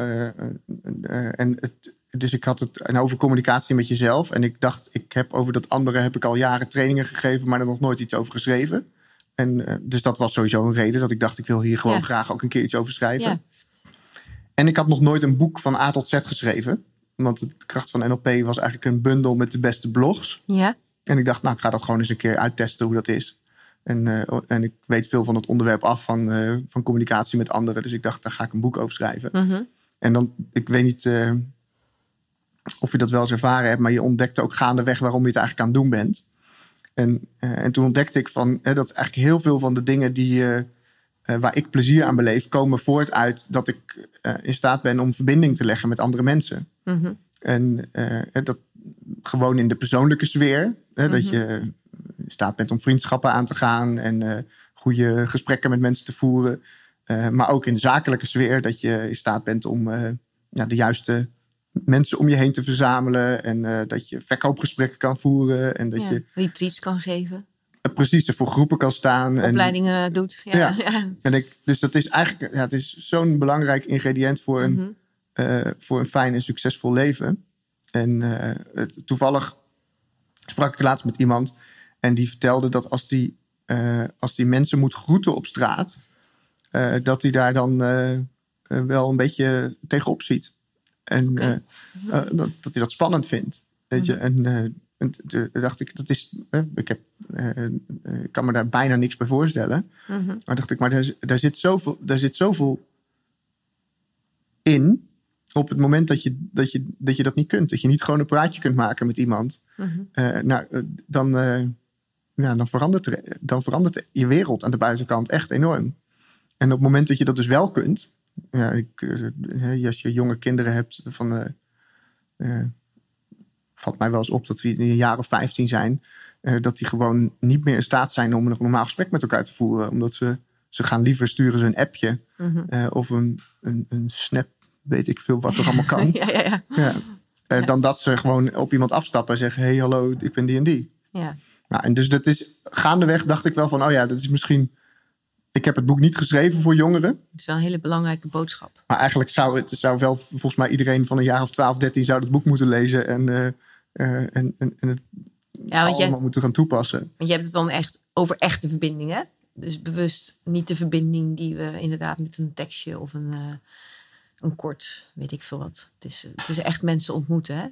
Dus ik had het over communicatie met jezelf. En ik dacht, over dat andere heb ik al jaren trainingen gegeven, maar er nog nooit iets over geschreven. En dus dat was sowieso een reden dat ik dacht, ik wil hier gewoon graag ook een keer iets over schrijven. Ja. En ik had nog nooit een boek van A tot Z geschreven. Want De Kracht van NLP was eigenlijk een bundel met de beste blogs. Ja. En ik dacht, ik ga dat gewoon eens een keer uittesten hoe dat is. En ik weet veel van het onderwerp af van communicatie met anderen. Dus ik dacht, daar ga ik een boek over schrijven. Mm-hmm. En dan, ik weet niet of je dat wel eens ervaren hebt, maar je ontdekte ook gaandeweg waarom je het eigenlijk aan het doen bent. En toen ontdekte ik dat eigenlijk heel veel van de dingen waar ik plezier aan beleef, komen voort uit dat ik in staat ben om verbinding te leggen met andere mensen. Mm-hmm. En dat gewoon in de persoonlijke sfeer. Mm-hmm. Dat je in staat bent om vriendschappen aan te gaan en goede gesprekken met mensen te voeren. Maar ook in de zakelijke sfeer, dat je in staat bent om de juiste mensen om je heen te verzamelen. En dat je verkoopgesprekken kan voeren. En dat je retreats kan geven. Precies, er voor groepen kan staan. Opleidingen doet. Ja. En dus dat is eigenlijk het is zo'n belangrijk ingrediënt voor een fijn en succesvol leven. En toevallig sprak ik laatst met iemand en die vertelde dat als die mensen moet groeten op straat, dat hij daar dan wel een beetje tegenop ziet. En dat hij dat spannend vindt. Weet je? En dacht ik, ik kan me daar bijna niks bij voorstellen. Mm-hmm. Maar dacht ik, daar zit zoveel in. Op het moment dat je dat niet kunt. Dat je niet gewoon een praatje kunt maken met iemand. Mm-hmm. Dan verandert je wereld aan de buitenkant echt enorm. En op het moment dat je dat dus wel kunt. Als je jonge kinderen hebt valt mij wel eens op dat we in een jaar of 15 zijn. Dat die gewoon niet meer in staat zijn om een normaal gesprek met elkaar te voeren. Omdat ze gaan liever sturen ze een appje. Mm-hmm. Of een snap, weet ik veel wat er allemaal kan. Dan dat ze gewoon op iemand afstappen en zeggen, hey, hallo, ik ben die en die. Ja. Nou, en dus dat is gaandeweg dacht ik wel van, dat is misschien. Ik heb het boek niet geschreven voor jongeren. Het is wel een hele belangrijke boodschap. Maar eigenlijk zou wel volgens mij iedereen van een jaar of 12, 13 zou het boek moeten lezen en het allemaal moeten gaan toepassen. Want je hebt het dan echt over echte verbindingen. Dus bewust niet de verbinding die we inderdaad met een tekstje of een kort, weet ik veel wat. Het is echt mensen ontmoeten, hè?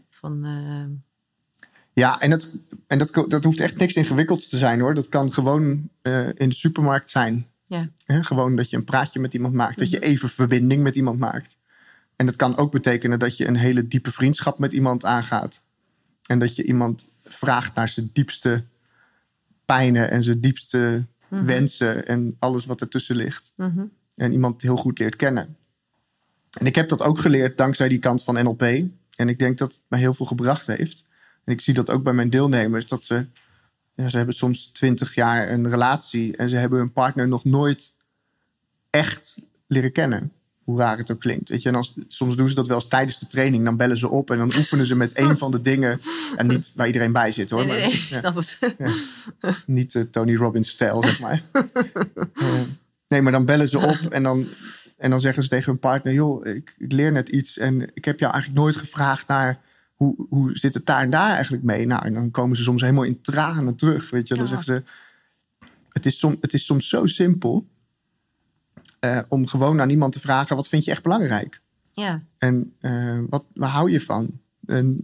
Ja, en dat hoeft echt niks ingewikkelds te zijn, hoor. Dat kan gewoon in de supermarkt zijn. Ja. Gewoon dat je een praatje met iemand maakt. Dat je even verbinding met iemand maakt. En dat kan ook betekenen dat je een hele diepe vriendschap met iemand aangaat. En dat je iemand vraagt naar zijn diepste pijnen en zijn diepste wensen en alles wat ertussen ligt. Mm-hmm. En iemand heel goed leert kennen. En ik heb dat ook geleerd dankzij die kant van NLP. En ik denk dat het mij heel veel gebracht heeft. En ik zie dat ook bij mijn deelnemers. Dat ze hebben soms 20 jaar een relatie. En ze hebben hun partner nog nooit echt leren kennen. Hoe raar het ook klinkt. Weet je? En soms doen ze dat wel eens tijdens de training. Dan bellen ze op en dan oefenen ze met een van de dingen. En niet waar iedereen bij zit, hoor. Nee, ik snap het. Ja. Niet Tony Robbins stijl, zeg maar. Nee, maar dan bellen ze op en dan zeggen ze tegen hun partner, joh, ik leer net iets. En ik heb jou eigenlijk nooit gevraagd naar hoe zit het daar en daar eigenlijk mee? Nou, en dan komen ze soms helemaal in tranen terug. Weet je, dan zeggen ze, het is soms zo simpel om gewoon aan iemand te vragen, wat vind je echt belangrijk? Ja. En waar hou je van? En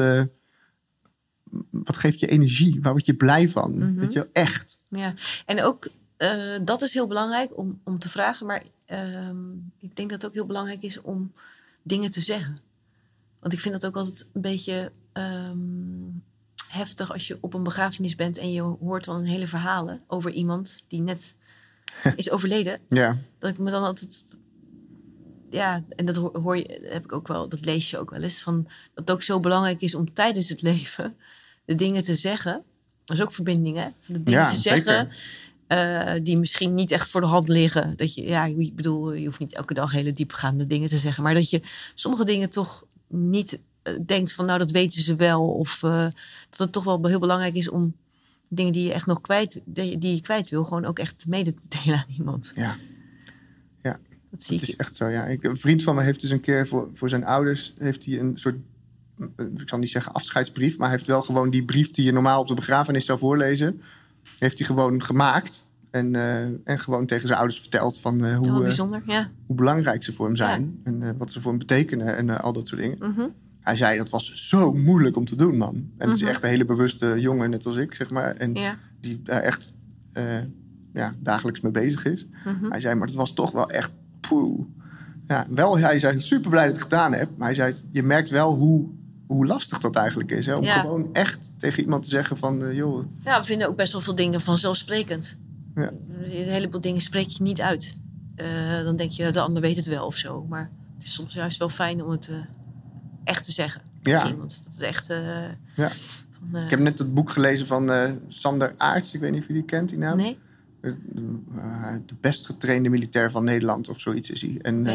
wat geeft je energie? Waar word je blij van? Mm-hmm. Weet je, echt. Ja, en ook dat is heel belangrijk om te vragen. Maar ik denk dat het ook heel belangrijk is om dingen te zeggen. Want ik vind dat ook altijd een beetje heftig als je op een begrafenis bent en je hoort dan een hele verhalen over iemand die net is overleden. Ja. Dat ik me dan altijd. Ja, en dat hoor je, heb ik ook wel, dat lees je ook wel eens. Van, dat het ook zo belangrijk is om tijdens het leven de dingen te zeggen. Dat is ook verbindingen. De dingen te zeggen die misschien niet echt voor de hand liggen. Dat je, ik bedoel, je hoeft niet elke dag hele diepgaande dingen te zeggen. Maar dat je sommige dingen toch niet denkt van, nou, dat weten ze wel. Of dat het toch wel heel belangrijk is om dingen die je echt nog die je kwijt wil, gewoon ook echt mede te delen aan iemand. Ja. Dat zie Het ik. is echt zo, ja. Een vriend van me heeft dus een keer voor zijn ouders... heeft hij een soort, ik zal niet zeggen afscheidsbrief... maar hij heeft wel gewoon die brief die je normaal op de begrafenis zou voorlezen... heeft hij gewoon gemaakt... En gewoon tegen zijn ouders verteld van hoe bijzonder, ja. Hoe belangrijk ze voor hem zijn. Ja. En wat ze voor hem betekenen en al dat soort dingen. Mm-hmm. Hij zei, dat was zo moeilijk om te doen, man. En het is echt een hele bewuste jongen, net als ik, zeg maar. En die daar echt dagelijks mee bezig is. Mm-hmm. Hij zei, maar het was toch wel echt poeh. Ja, wel, hij zei, super blij dat ik het gedaan heb. Maar hij zei, je merkt wel hoe lastig dat eigenlijk is. Hè? Om gewoon echt tegen iemand te zeggen van, joh... Ja, we vinden ook best wel veel dingen vanzelfsprekend. Ja. Een heleboel dingen spreek je niet uit. Dan denk je, de ander weet het wel of zo. Maar het is soms juist wel fijn om het echt te zeggen. Ja. Iemand. Dat is echt... Ik heb net het boek gelezen van Sander Aarts. Ik weet niet of je die kent, die naam. Nee. De best getrainde militair van Nederland of zoiets is hij. En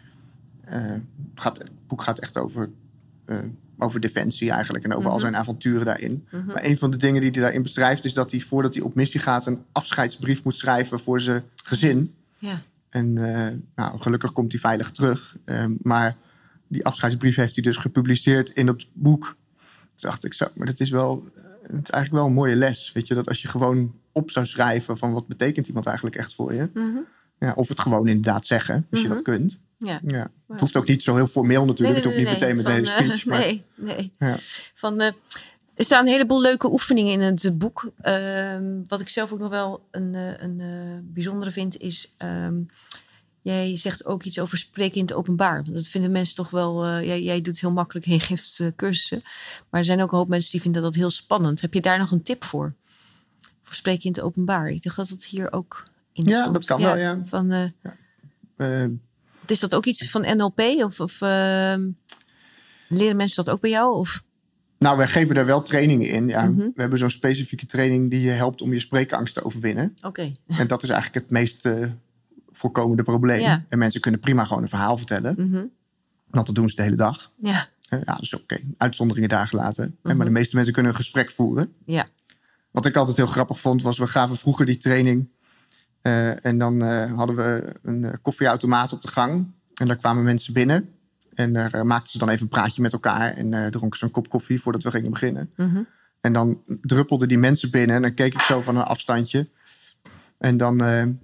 het boek gaat echt over defensie eigenlijk en over al zijn avonturen daarin. Mm-hmm. Maar een van de dingen die hij daarin beschrijft... is dat hij voordat hij op missie gaat... een afscheidsbrief moet schrijven voor zijn gezin. Ja. En gelukkig komt hij veilig terug. Maar die afscheidsbrief heeft hij dus gepubliceerd in dat boek. Toen dacht ik zo, maar het is eigenlijk wel een mooie les. Weet je, dat als je gewoon op zou schrijven... van wat betekent iemand eigenlijk echt voor je... Mm-hmm. Ja, of het gewoon inderdaad zeggen, als je dat kunt. Ja. Het hoeft ook niet zo heel formeel natuurlijk. Het hoeft niet meteen met de hele speech. Maar... Nee. Ja. Er staan een heleboel leuke oefeningen in het boek. Wat ik zelf ook nog wel een bijzondere vind is... jij zegt ook iets over spreken in het openbaar. Dat vinden mensen toch wel... jij doet het heel makkelijk en je geeft cursussen. Maar er zijn ook een hoop mensen die vinden dat heel spannend. Heb je daar nog een tip voor? Voor spreken in het openbaar. Ik dacht dat het hier ook in stond. Ja, dat kan wel, ja. Is dat ook iets van NLP? Of leren mensen dat ook bij jou? Of? Nou, wij geven daar wel trainingen in. Ja. Mm-hmm. We hebben zo'n specifieke training die je helpt om je spreekangst te overwinnen. Okay. En dat is eigenlijk het meest voorkomende probleem. Ja. En mensen kunnen prima gewoon een verhaal vertellen. Mm-hmm. Want dat doen ze de hele dag. Ja. Dat is oké. Uitzonderingen daar gelaten. Mm-hmm. Maar de meeste mensen kunnen een gesprek voeren. Ja. Wat ik altijd heel grappig vond, was we gaven vroeger die training. En dan hadden we een koffieautomaat op de gang. En daar kwamen mensen binnen. En daar maakten ze dan even een praatje met elkaar. En dronken ze een kop koffie voordat we gingen beginnen. Mm-hmm. En dan druppelden die mensen binnen. En dan keek ik zo van een afstandje. En dan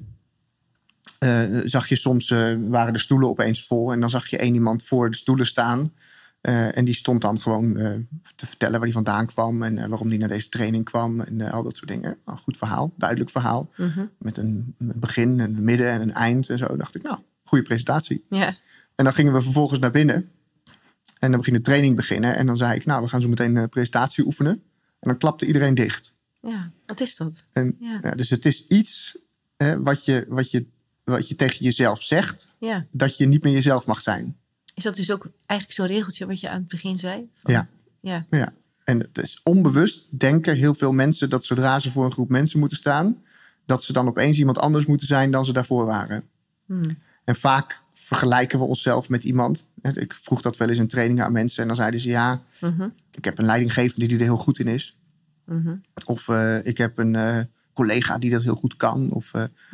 zag je soms, waren de stoelen opeens vol. En dan zag je één iemand voor de stoelen staan. En die stond dan gewoon te vertellen waar hij vandaan kwam. En waarom hij naar deze training kwam. En al dat soort dingen. Een goed verhaal, duidelijk verhaal. Mm-hmm. Met een begin, een midden en een eind en zo. Dacht ik, nou, goede presentatie. Ja. En dan gingen we vervolgens naar binnen. En dan begint de training beginnen. En dan zei ik, nou, we gaan zo meteen een presentatie oefenen. En dan klapte iedereen dicht. Ja, wat is dat? En, dus het is iets wat je tegen jezelf zegt. Ja. Dat je niet meer jezelf mag zijn. Is dat dus ook eigenlijk zo'n regeltje wat je aan het begin zei? Ja. En het is onbewust denken heel veel mensen dat zodra ze voor een groep mensen moeten staan... dat ze dan opeens iemand anders moeten zijn dan ze daarvoor waren. En vaak vergelijken we onszelf met iemand. Ik vroeg dat wel eens in trainingen aan mensen. En dan zeiden ze, ik heb een leidinggevende die er heel goed in is. Mm-hmm. Of ik heb een collega die dat heel goed kan. Of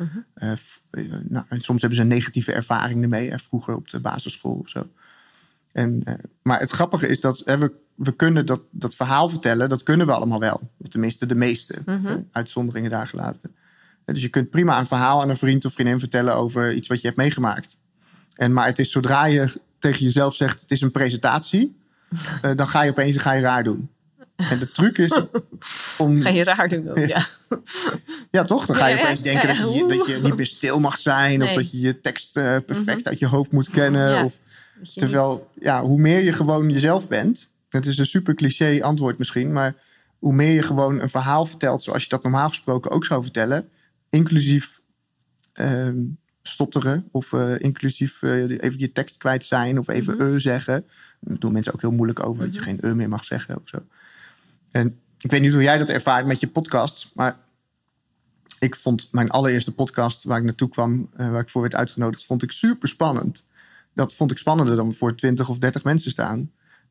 soms hebben ze een negatieve ervaring ermee. Vroeger op de basisschool of zo. Maar het grappige is dat we kunnen dat verhaal vertellen. Dat kunnen we allemaal wel. Of tenminste de meeste. Mm-hmm. Uitzonderingen daar gelaten. Dus je kunt prima een verhaal aan een vriend of vriendin vertellen over iets wat je hebt meegemaakt. Maar het is zodra je tegen jezelf zegt, het is een presentatie, dan ga je opeens raar doen. En de truc is om... Ga je raar doen ook, ja. Ja, toch? Dan ga je opeens denken dat je niet meer stil mag zijn. Nee. Of dat je je tekst perfect uit je hoofd moet kennen. Ja. Terwijl, hoe meer je gewoon jezelf bent... Het is een super cliché antwoord misschien, maar hoe meer je gewoon een verhaal vertelt zoals je dat normaal gesproken ook zou vertellen, inclusief stotteren of inclusief even je tekst kwijt zijn of even zeggen. Daar doen mensen ook heel moeilijk over dat je geen meer mag zeggen of zo. En ik weet niet hoe jij dat ervaart met je podcast, maar ik vond mijn allereerste podcast waar ik naartoe kwam, waar ik voor werd uitgenodigd, vond ik super spannend. Dat vond ik spannender dan voor 20 of 30 mensen staan.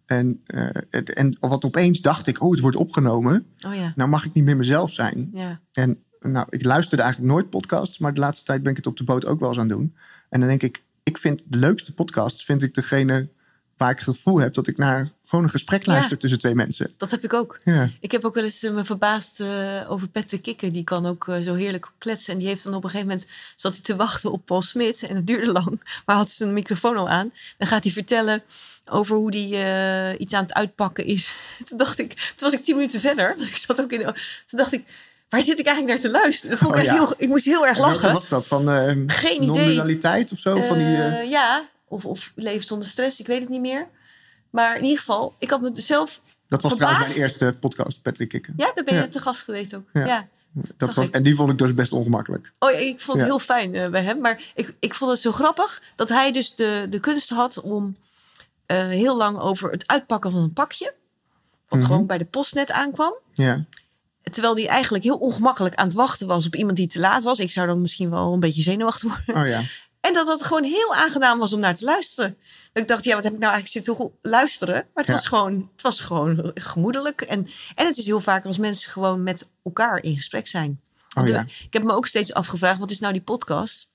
En wat opeens dacht ik, het wordt opgenomen. Oh ja. Nou mag ik niet meer mezelf zijn. Ja. En ik luisterde eigenlijk nooit podcasts, maar de laatste tijd ben ik het op de boot ook wel eens aan het doen. En dan denk ik vind de leukste podcasts, vind ik degene waar ik het gevoel heb dat ik naar gewoon een gesprek luister tussen twee mensen. Dat heb ik ook. Ja. Ik heb ook wel eens me verbaasd over Patrick Kikker. Die kan ook zo heerlijk kletsen. En die heeft dan op een gegeven moment, zat hij te wachten op Paul Smit. En het duurde lang, maar had zijn microfoon al aan. Dan gaat hij vertellen over hoe hij iets aan het uitpakken is. Toen was ik 10 minuten verder. Ik zat ook toen dacht ik, waar zit ik eigenlijk naar te luisteren? Dat vond ik ik moest heel erg lachen. Wat was dat? Van geen idee. Non-dualiteit of zo? Van die, Ja, of leven zonder stress. Ik weet het niet meer. Maar in ieder geval, ik had me zelf Dat was verbaasd. trouwens mijn eerste podcast, Patrick Kikker. Ja, daar ben je te gast geweest ook. Ja. En die vond ik dus best ongemakkelijk. Oh, ik vond het heel fijn bij hem. Maar ik vond het zo grappig dat hij dus de kunst had om heel lang over het uitpakken van een pakje. Wat gewoon bij de post net aankwam. Ja. Terwijl hij eigenlijk heel ongemakkelijk aan het wachten was op iemand die te laat was. Ik zou dan misschien wel een beetje zenuwachtig worden. Oh ja. En dat het gewoon heel aangenaam was om naar te luisteren. Dat ik dacht, wat heb ik nou eigenlijk zitten luisteren? Maar het was gewoon gemoedelijk. En het is heel vaak als mensen gewoon met elkaar in gesprek zijn. Ik heb me ook steeds afgevraagd, wat is nou die podcast?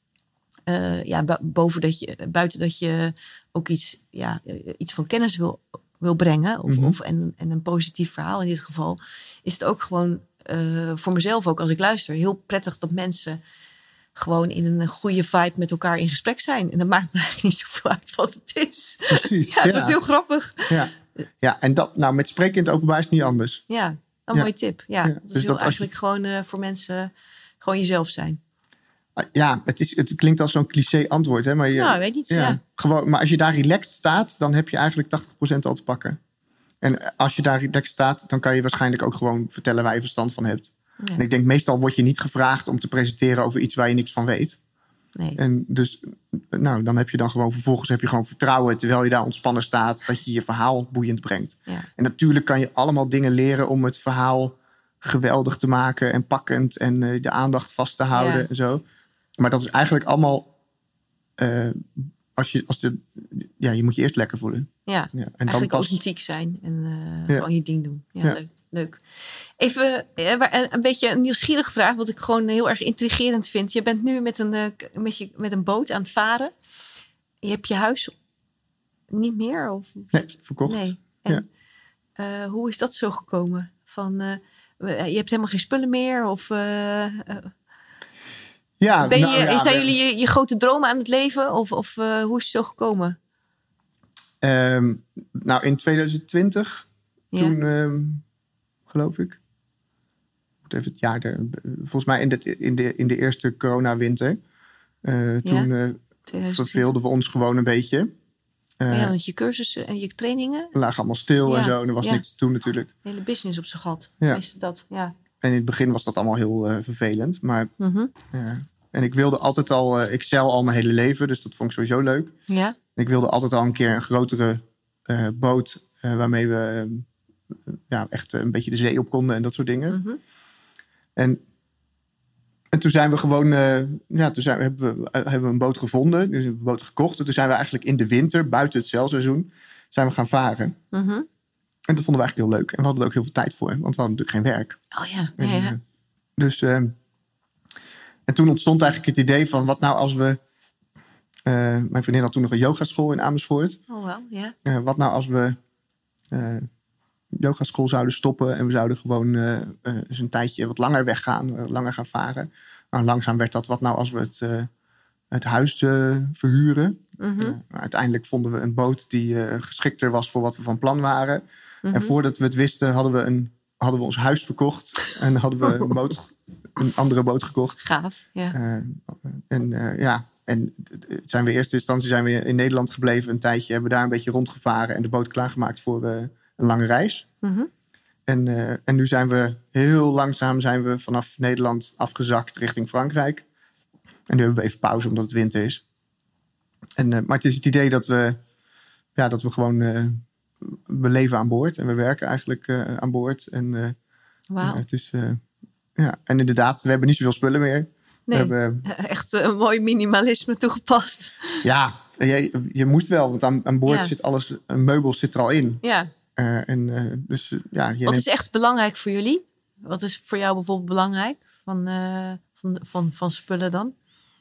Buiten dat je ook iets van kennis wil brengen. En een positief verhaal in dit geval. Is het ook gewoon voor mezelf ook als ik luister heel prettig dat mensen gewoon in een goede vibe met elkaar in gesprek zijn. En dat maakt me eigenlijk niet zoveel uit wat het is. Precies. Het is heel grappig. Ja, en dat, met spreken in het openbaar is niet anders. Ja, een mooie tip. Ja, dus dat eigenlijk gewoon voor mensen gewoon jezelf zijn. Ja, het klinkt als zo'n cliché antwoord. Hè, maar weet niet. Gewoon, maar als je daar relaxed staat, dan heb je eigenlijk 80% al te pakken. En als je daar relaxed staat, dan kan je waarschijnlijk ook gewoon vertellen waar je verstand van hebt. Ja. En ik denk, meestal word je niet gevraagd om te presenteren over iets waar je niks van weet. Nee. En dus, dan heb je dan gewoon vervolgens gewoon vertrouwen, terwijl je daar ontspannen staat, dat je je verhaal boeiend brengt. Ja. En natuurlijk kan je allemaal dingen leren om het verhaal geweldig te maken en pakkend en de aandacht vast te houden en zo. Maar dat is eigenlijk allemaal, je moet je eerst lekker voelen. Ja, en eigenlijk dan authentiek zijn en gewoon je ding doen. Ja. Leuk. Even een beetje een nieuwsgierige vraag, wat ik gewoon heel erg intrigerend vind. Je bent nu met een boot aan het varen. Je hebt je huis niet meer? Of? Nee, verkocht. Nee. En hoe is dat zo gekomen? Je hebt helemaal geen spullen meer? Of zijn jullie je grote dromen aan het leven? Of hoe is het zo gekomen? In 2020, toen geloof ik. Even het jaar. Volgens mij in de eerste coronawinter. Toen verveelden we ons gewoon een beetje. Want je cursussen en je trainingen lagen allemaal stil en zo. En er was niks te doen natuurlijk. De hele business op zijn gat. Ja. Ja. En in het begin was dat allemaal heel vervelend. Maar en ik wilde altijd al. Ik zeil al mijn hele leven, dus dat vond ik sowieso leuk. Ja. En ik wilde altijd al een keer een grotere boot waarmee we echt een beetje de zee op konden en dat soort dingen. En toen zijn we gewoon, hebben we een boot gevonden, dus een boot gekocht. En toen zijn we eigenlijk in de winter, buiten het zeilseizoen, zijn we gaan varen. En dat vonden we eigenlijk heel leuk. En we hadden er ook heel veel tijd voor, want we hadden natuurlijk geen werk. Oh ja. Dus, en toen ontstond eigenlijk het idee van, wat nou als we... mijn vriendin had toen nog een yogaschool in Amersfoort. Oh wel, ja. Wat nou als we yogaschool zouden stoppen en we zouden gewoon eens een tijdje wat langer weggaan, langer gaan varen. Nou, langzaam werd dat, wat nou als we het huis verhuren. Uiteindelijk vonden we een boot die geschikter was voor wat we van plan waren. En voordat we het wisten hadden we ons huis verkocht en hadden we een andere boot gekocht. Gaaf, ja. En in eerste instantie zijn we in Nederland gebleven een tijdje. Hebben daar een beetje rondgevaren en de boot klaargemaakt voor een lange reis. En nu zijn we heel langzaam vanaf Nederland afgezakt richting Frankrijk. En nu hebben we even pauze omdat het winter is. Maar het is het idee dat we gewoon... we leven aan boord en we werken eigenlijk aan boord. En het is... en inderdaad, we hebben niet zoveel spullen meer. Nee, echt een mooi minimalisme toegepast. Ja, je moest wel, want aan boord Ja. zit alles, een meubel zit er al in. Ja. Je Wat is echt belangrijk voor jullie? Wat is voor jou bijvoorbeeld belangrijk van spullen dan?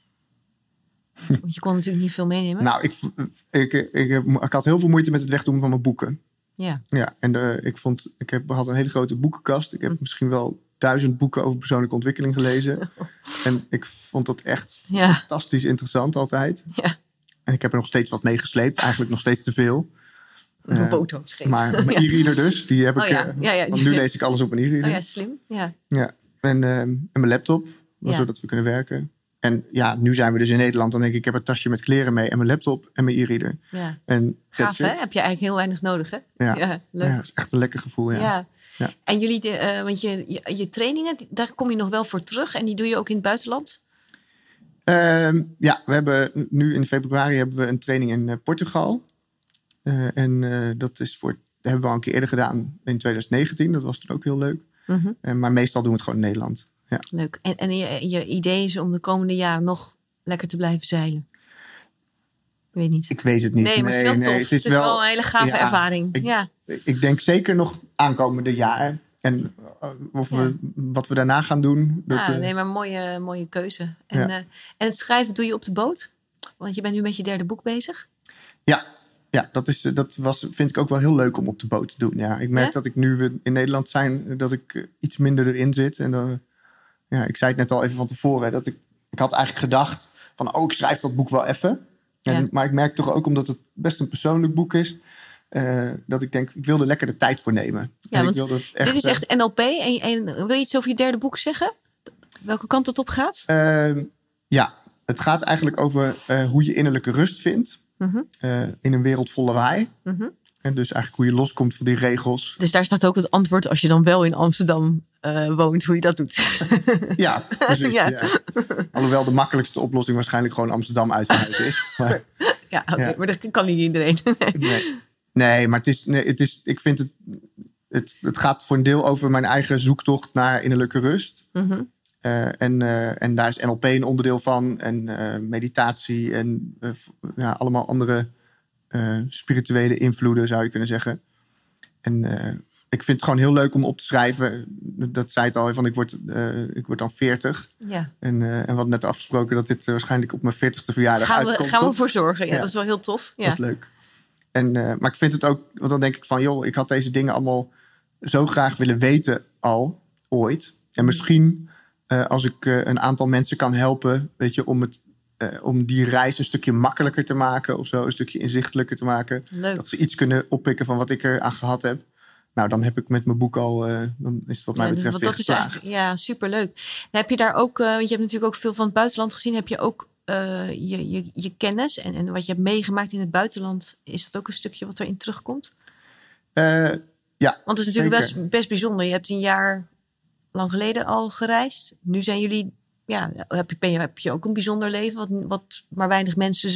Want je kon natuurlijk niet veel meenemen. Nou, ik had heel veel moeite met het wegdoen van mijn boeken. Ja. Ja, en ik had een hele grote boekenkast. Ik heb misschien wel 1000 boeken over persoonlijke ontwikkeling gelezen. En ik vond dat echt fantastisch interessant altijd. Ja. En ik heb er nog steeds wat meegesleept. Eigenlijk nog steeds te veel. Boto's geven. Maar mijn e-reader dus, die heb ik... Want nu lees ik alles op mijn e-reader. Oh ja, slim. Ja. En mijn laptop, zodat we kunnen werken. En nu zijn we dus in Nederland. Dan denk ik heb een tasje met kleren mee en mijn laptop en mijn e-reader. Ja. En gaaf, hè? Heb je eigenlijk heel weinig nodig, hè? Ja, leuk. Ja, dat is echt een lekker gevoel, ja. En jullie, want je trainingen, daar kom je nog wel voor terug. En die doe je ook in het buitenland? We hebben nu in februari hebben we een training in Portugal. Dat hebben we al een keer eerder gedaan in 2019. Dat was toen ook heel leuk. Mm-hmm. Maar meestal doen we het gewoon in Nederland. Ja. Leuk. En je idee is om de komende jaren nog lekker te blijven zeilen? Ik weet niet. Ik weet het niet. Nee, maar het is wel tof. Het is wel een hele gave ervaring. Ik denk zeker nog aankomende jaar. En wat we daarna gaan doen. Nee, maar mooie keuze. En het schrijven doe je op de boot? Want je bent nu met je derde boek bezig. Ja, vind ik ook wel heel leuk om op de boot te doen. Ja, ik merk dat ik nu we in Nederland zijn, dat ik iets minder erin zit. En dan, ik zei het net al even van tevoren. Dat ik had eigenlijk gedacht van, ik schrijf dat boek wel even. Maar ik merk toch ook, omdat het best een persoonlijk boek is, dat ik denk, ik wil er lekker de tijd voor nemen. Ja, want dit is echt NLP. En wil je iets over je derde boek zeggen? Welke kant het op gaat? Het gaat eigenlijk over hoe je innerlijke rust vindt. Mm-hmm. In een wereld vol lawaai. Mm-hmm. En dus eigenlijk hoe je loskomt van die regels. Dus daar staat ook het antwoord als je dan wel in Amsterdam woont, hoe je dat doet. Ja, precies. Ja. Alhoewel de makkelijkste oplossing waarschijnlijk gewoon Amsterdam uitverhuizen is. Maar, maar dat kan niet iedereen. Nee, maar ik vind het gaat voor een deel over mijn eigen zoektocht naar innerlijke rust. Mm-hmm. En daar is NLP een onderdeel van. En meditatie en allemaal andere spirituele invloeden, zou je kunnen zeggen. En ik vind het gewoon heel leuk om op te schrijven. Dat zei het al, van ik word dan 40. Ja. En we hadden net afgesproken dat dit waarschijnlijk op mijn 40ste verjaardag uitkomt. Gaan we voor zorgen. Ja, dat is wel heel tof. Ja. Dat is leuk. Maar ik vind het ook, want dan denk ik van, ik had deze dingen allemaal zo graag willen weten al, ooit. En misschien als ik een aantal mensen kan helpen, weet je, om die reis een stukje makkelijker te maken of zo, een stukje inzichtelijker te maken. Leuk. Dat ze iets kunnen oppikken van wat ik er aan gehad heb. Nou, dan heb ik met mijn boek al, dan is het wat mij betreft weer geslaagd. Ja, superleuk. Dan heb je daar ook, want je hebt natuurlijk ook veel van het buitenland gezien, heb je ook je kennis en wat je hebt meegemaakt in het buitenland, is dat ook een stukje wat erin terugkomt? Ja, want het is natuurlijk best bijzonder. Je hebt een jaar lang geleden al gereisd. Nu zijn jullie, heb je ook een bijzonder leven, wat maar weinig mensen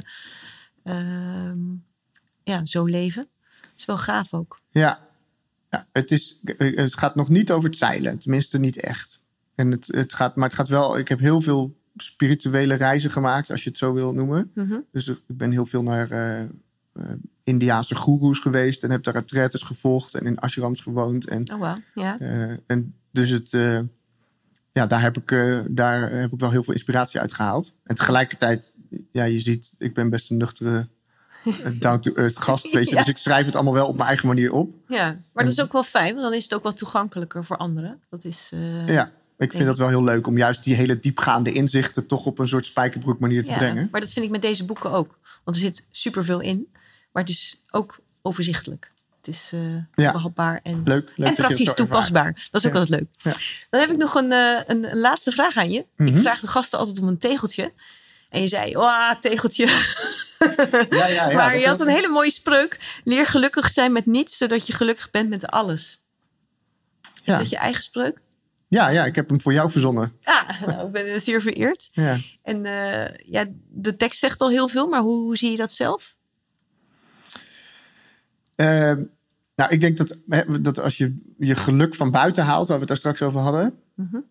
zo leven. Dat is wel gaaf ook. Ja, het gaat nog niet over het zeilen. Tenminste, niet echt. En het gaat wel. Ik heb heel veel spirituele reizen gemaakt, als je het zo wil noemen. Mm-hmm. Dus ik ben heel veel naar Indiaanse goeroes geweest en heb daar retraites gevolgd en in ashrams gewoond. En, en dus daar heb ik wel heel veel inspiratie uit gehaald. En tegelijkertijd, je ziet, ik ben best een nuchtere down-to-earth gast, weet je. Dus ik schrijf het allemaal wel op mijn eigen manier op. Ja, maar dat is ook wel fijn, want dan is het ook wel toegankelijker voor anderen. Dat is... Ik vind dat wel heel leuk om juist die hele diepgaande inzichten toch op een soort spijkerbroek manier te brengen. Maar dat vind ik met deze boeken ook. Want er zit superveel in, maar het is ook overzichtelijk. Het is behapbaar en praktisch toepasbaar. Dat is ook altijd leuk. Ja. Dan heb ik nog een laatste vraag aan je. Mm-hmm. Ik vraag de gasten altijd om een tegeltje. En je zei, tegeltje. Maar je had een hele mooie spreuk. Leer gelukkig zijn met niets, zodat je gelukkig bent met alles. Is dat je eigen spreuk? Ja, ik heb hem voor jou verzonnen. Ik ben zeer vereerd. Ja. En de tekst zegt al heel veel, maar hoe zie je dat zelf? Ik denk dat als je geluk van buiten haalt, waar we het daar straks over hadden, mm-hmm.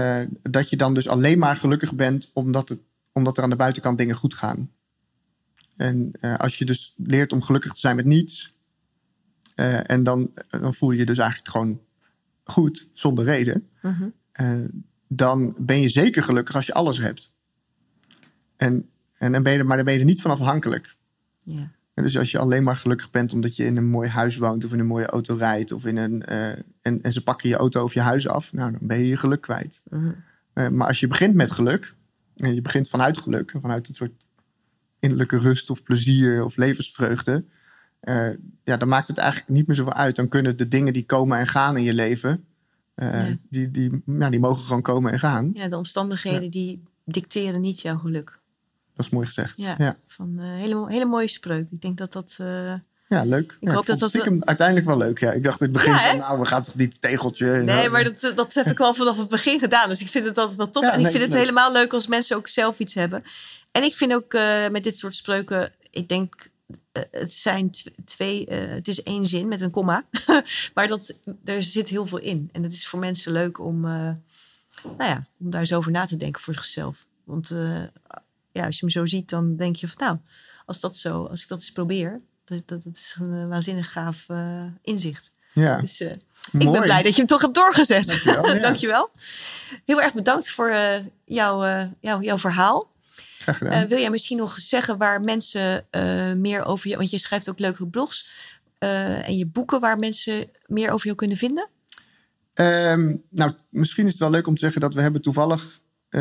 Dat je dan dus alleen maar gelukkig bent omdat er aan de buitenkant dingen goed gaan. En als je dus leert om gelukkig te zijn met niets... en dan voel je je dus eigenlijk gewoon goed, zonder reden... dan ben je zeker gelukkig als je alles hebt. En dan ben je er niet van afhankelijk. Ja. En dus als je alleen maar gelukkig bent omdat je in een mooi huis woont... of in een mooie auto rijdt... of en ze pakken je auto of je huis af... nou, dan ben je je geluk kwijt. Maar als je begint met geluk... en je begint vanuit geluk... vanuit een soort innerlijke rust of plezier of levensvreugde... dan maakt het eigenlijk niet meer zoveel uit. Dan kunnen de dingen die komen en gaan in je leven... die mogen gewoon komen en gaan. Ja, de omstandigheden die dicteren niet jouw geluk. Dat is mooi gezegd. Ja. Van hele mooie spreuk. Ik denk dat... Ja, leuk. Ik hoop dat stiekem uiteindelijk wel leuk. Ja. Ik dacht in het begin we gaan toch niet tegeltje... Nee, maar dat heb ik wel vanaf het begin gedaan. Dus ik vind het altijd wel tof. En ik vind het helemaal leuk als mensen ook zelf iets hebben. En ik vind ook met dit soort spreuken... Ik denk, het zijn het is 1 zin met een komma. Maar er zit heel veel in. En het is voor mensen leuk om daar eens over na te denken voor zichzelf. Want als je me zo ziet, dan denk je van... nou, als ik dat eens probeer... Dat is een waanzinnig gaaf inzicht. Ja. Dus ik ben blij dat je hem toch hebt doorgezet. Dankjewel. Ja. Dankjewel. Heel erg bedankt voor jouw verhaal. Graag gedaan. Wil jij misschien nog zeggen waar mensen meer over je... want je schrijft ook leuke blogs en je boeken... waar mensen meer over jou kunnen vinden? Misschien is het wel leuk om te zeggen dat we hebben toevallig...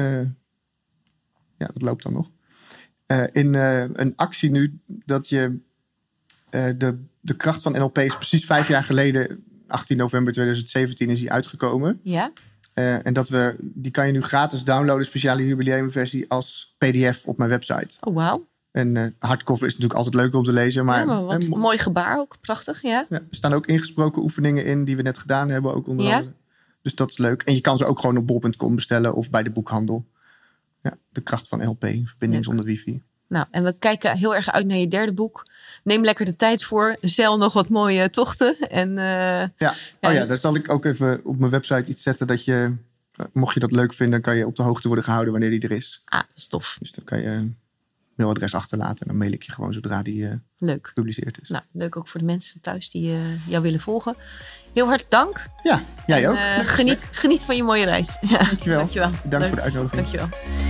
dat loopt dan nog. In een actie nu dat je... De kracht van NLP is precies 5 jaar geleden... 18 november 2017 is die uitgekomen. Ja. En die kan je nu gratis downloaden... speciale jubileumversie als pdf op mijn website. Oh, wauw. En hardcover is natuurlijk altijd leuk om te lezen. Maar wat een mooi gebaar ook. Prachtig, ja. Er staan ook ingesproken oefeningen in... die we net gedaan hebben, ook onder andere. Dus dat is leuk. En je kan ze ook gewoon op bol.com bestellen... of bij de boekhandel. Ja, de kracht van NLP, verbinding zonder wifi. Nou, en we kijken heel erg uit naar je 3e boek. Neem lekker de tijd voor. Zeil nog wat mooie tochten. En, daar zal ik ook even op mijn website iets zetten... dat je, mocht je dat leuk vinden... dan kan je op de hoogte worden gehouden wanneer die er is. Ah, dat is tof. Dus dan kan je een mailadres achterlaten... en dan mail ik je gewoon zodra die gepubliceerd is. Nou, leuk ook voor de mensen thuis die jou willen volgen. Heel hartelijk dank. Ja, jij ook. Geniet van je mooie reis. Dankjewel. Bedankt voor de uitnodiging. Dankjewel.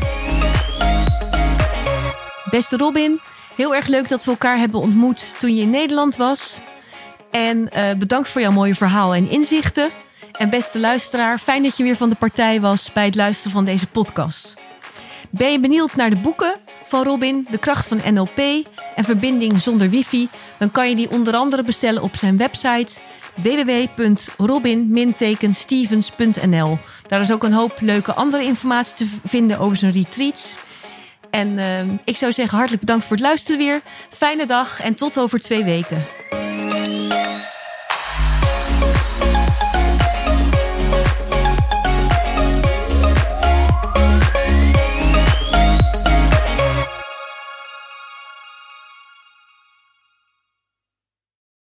Beste Robin, heel erg leuk dat we elkaar hebben ontmoet toen je in Nederland was. En bedankt voor jouw mooie verhaal en inzichten. En beste luisteraar, fijn dat je weer van de partij was bij het luisteren van deze podcast. Ben je benieuwd naar de boeken van Robin, De kracht van NLP en Verbinding zonder wifi? Dan kan je die onder andere bestellen op zijn website www.robin-stevens.nl. Daar is ook een hoop leuke andere informatie te vinden over zijn retreats. En ik zou zeggen hartelijk bedankt voor het luisteren weer. Fijne dag en tot over 2 weken.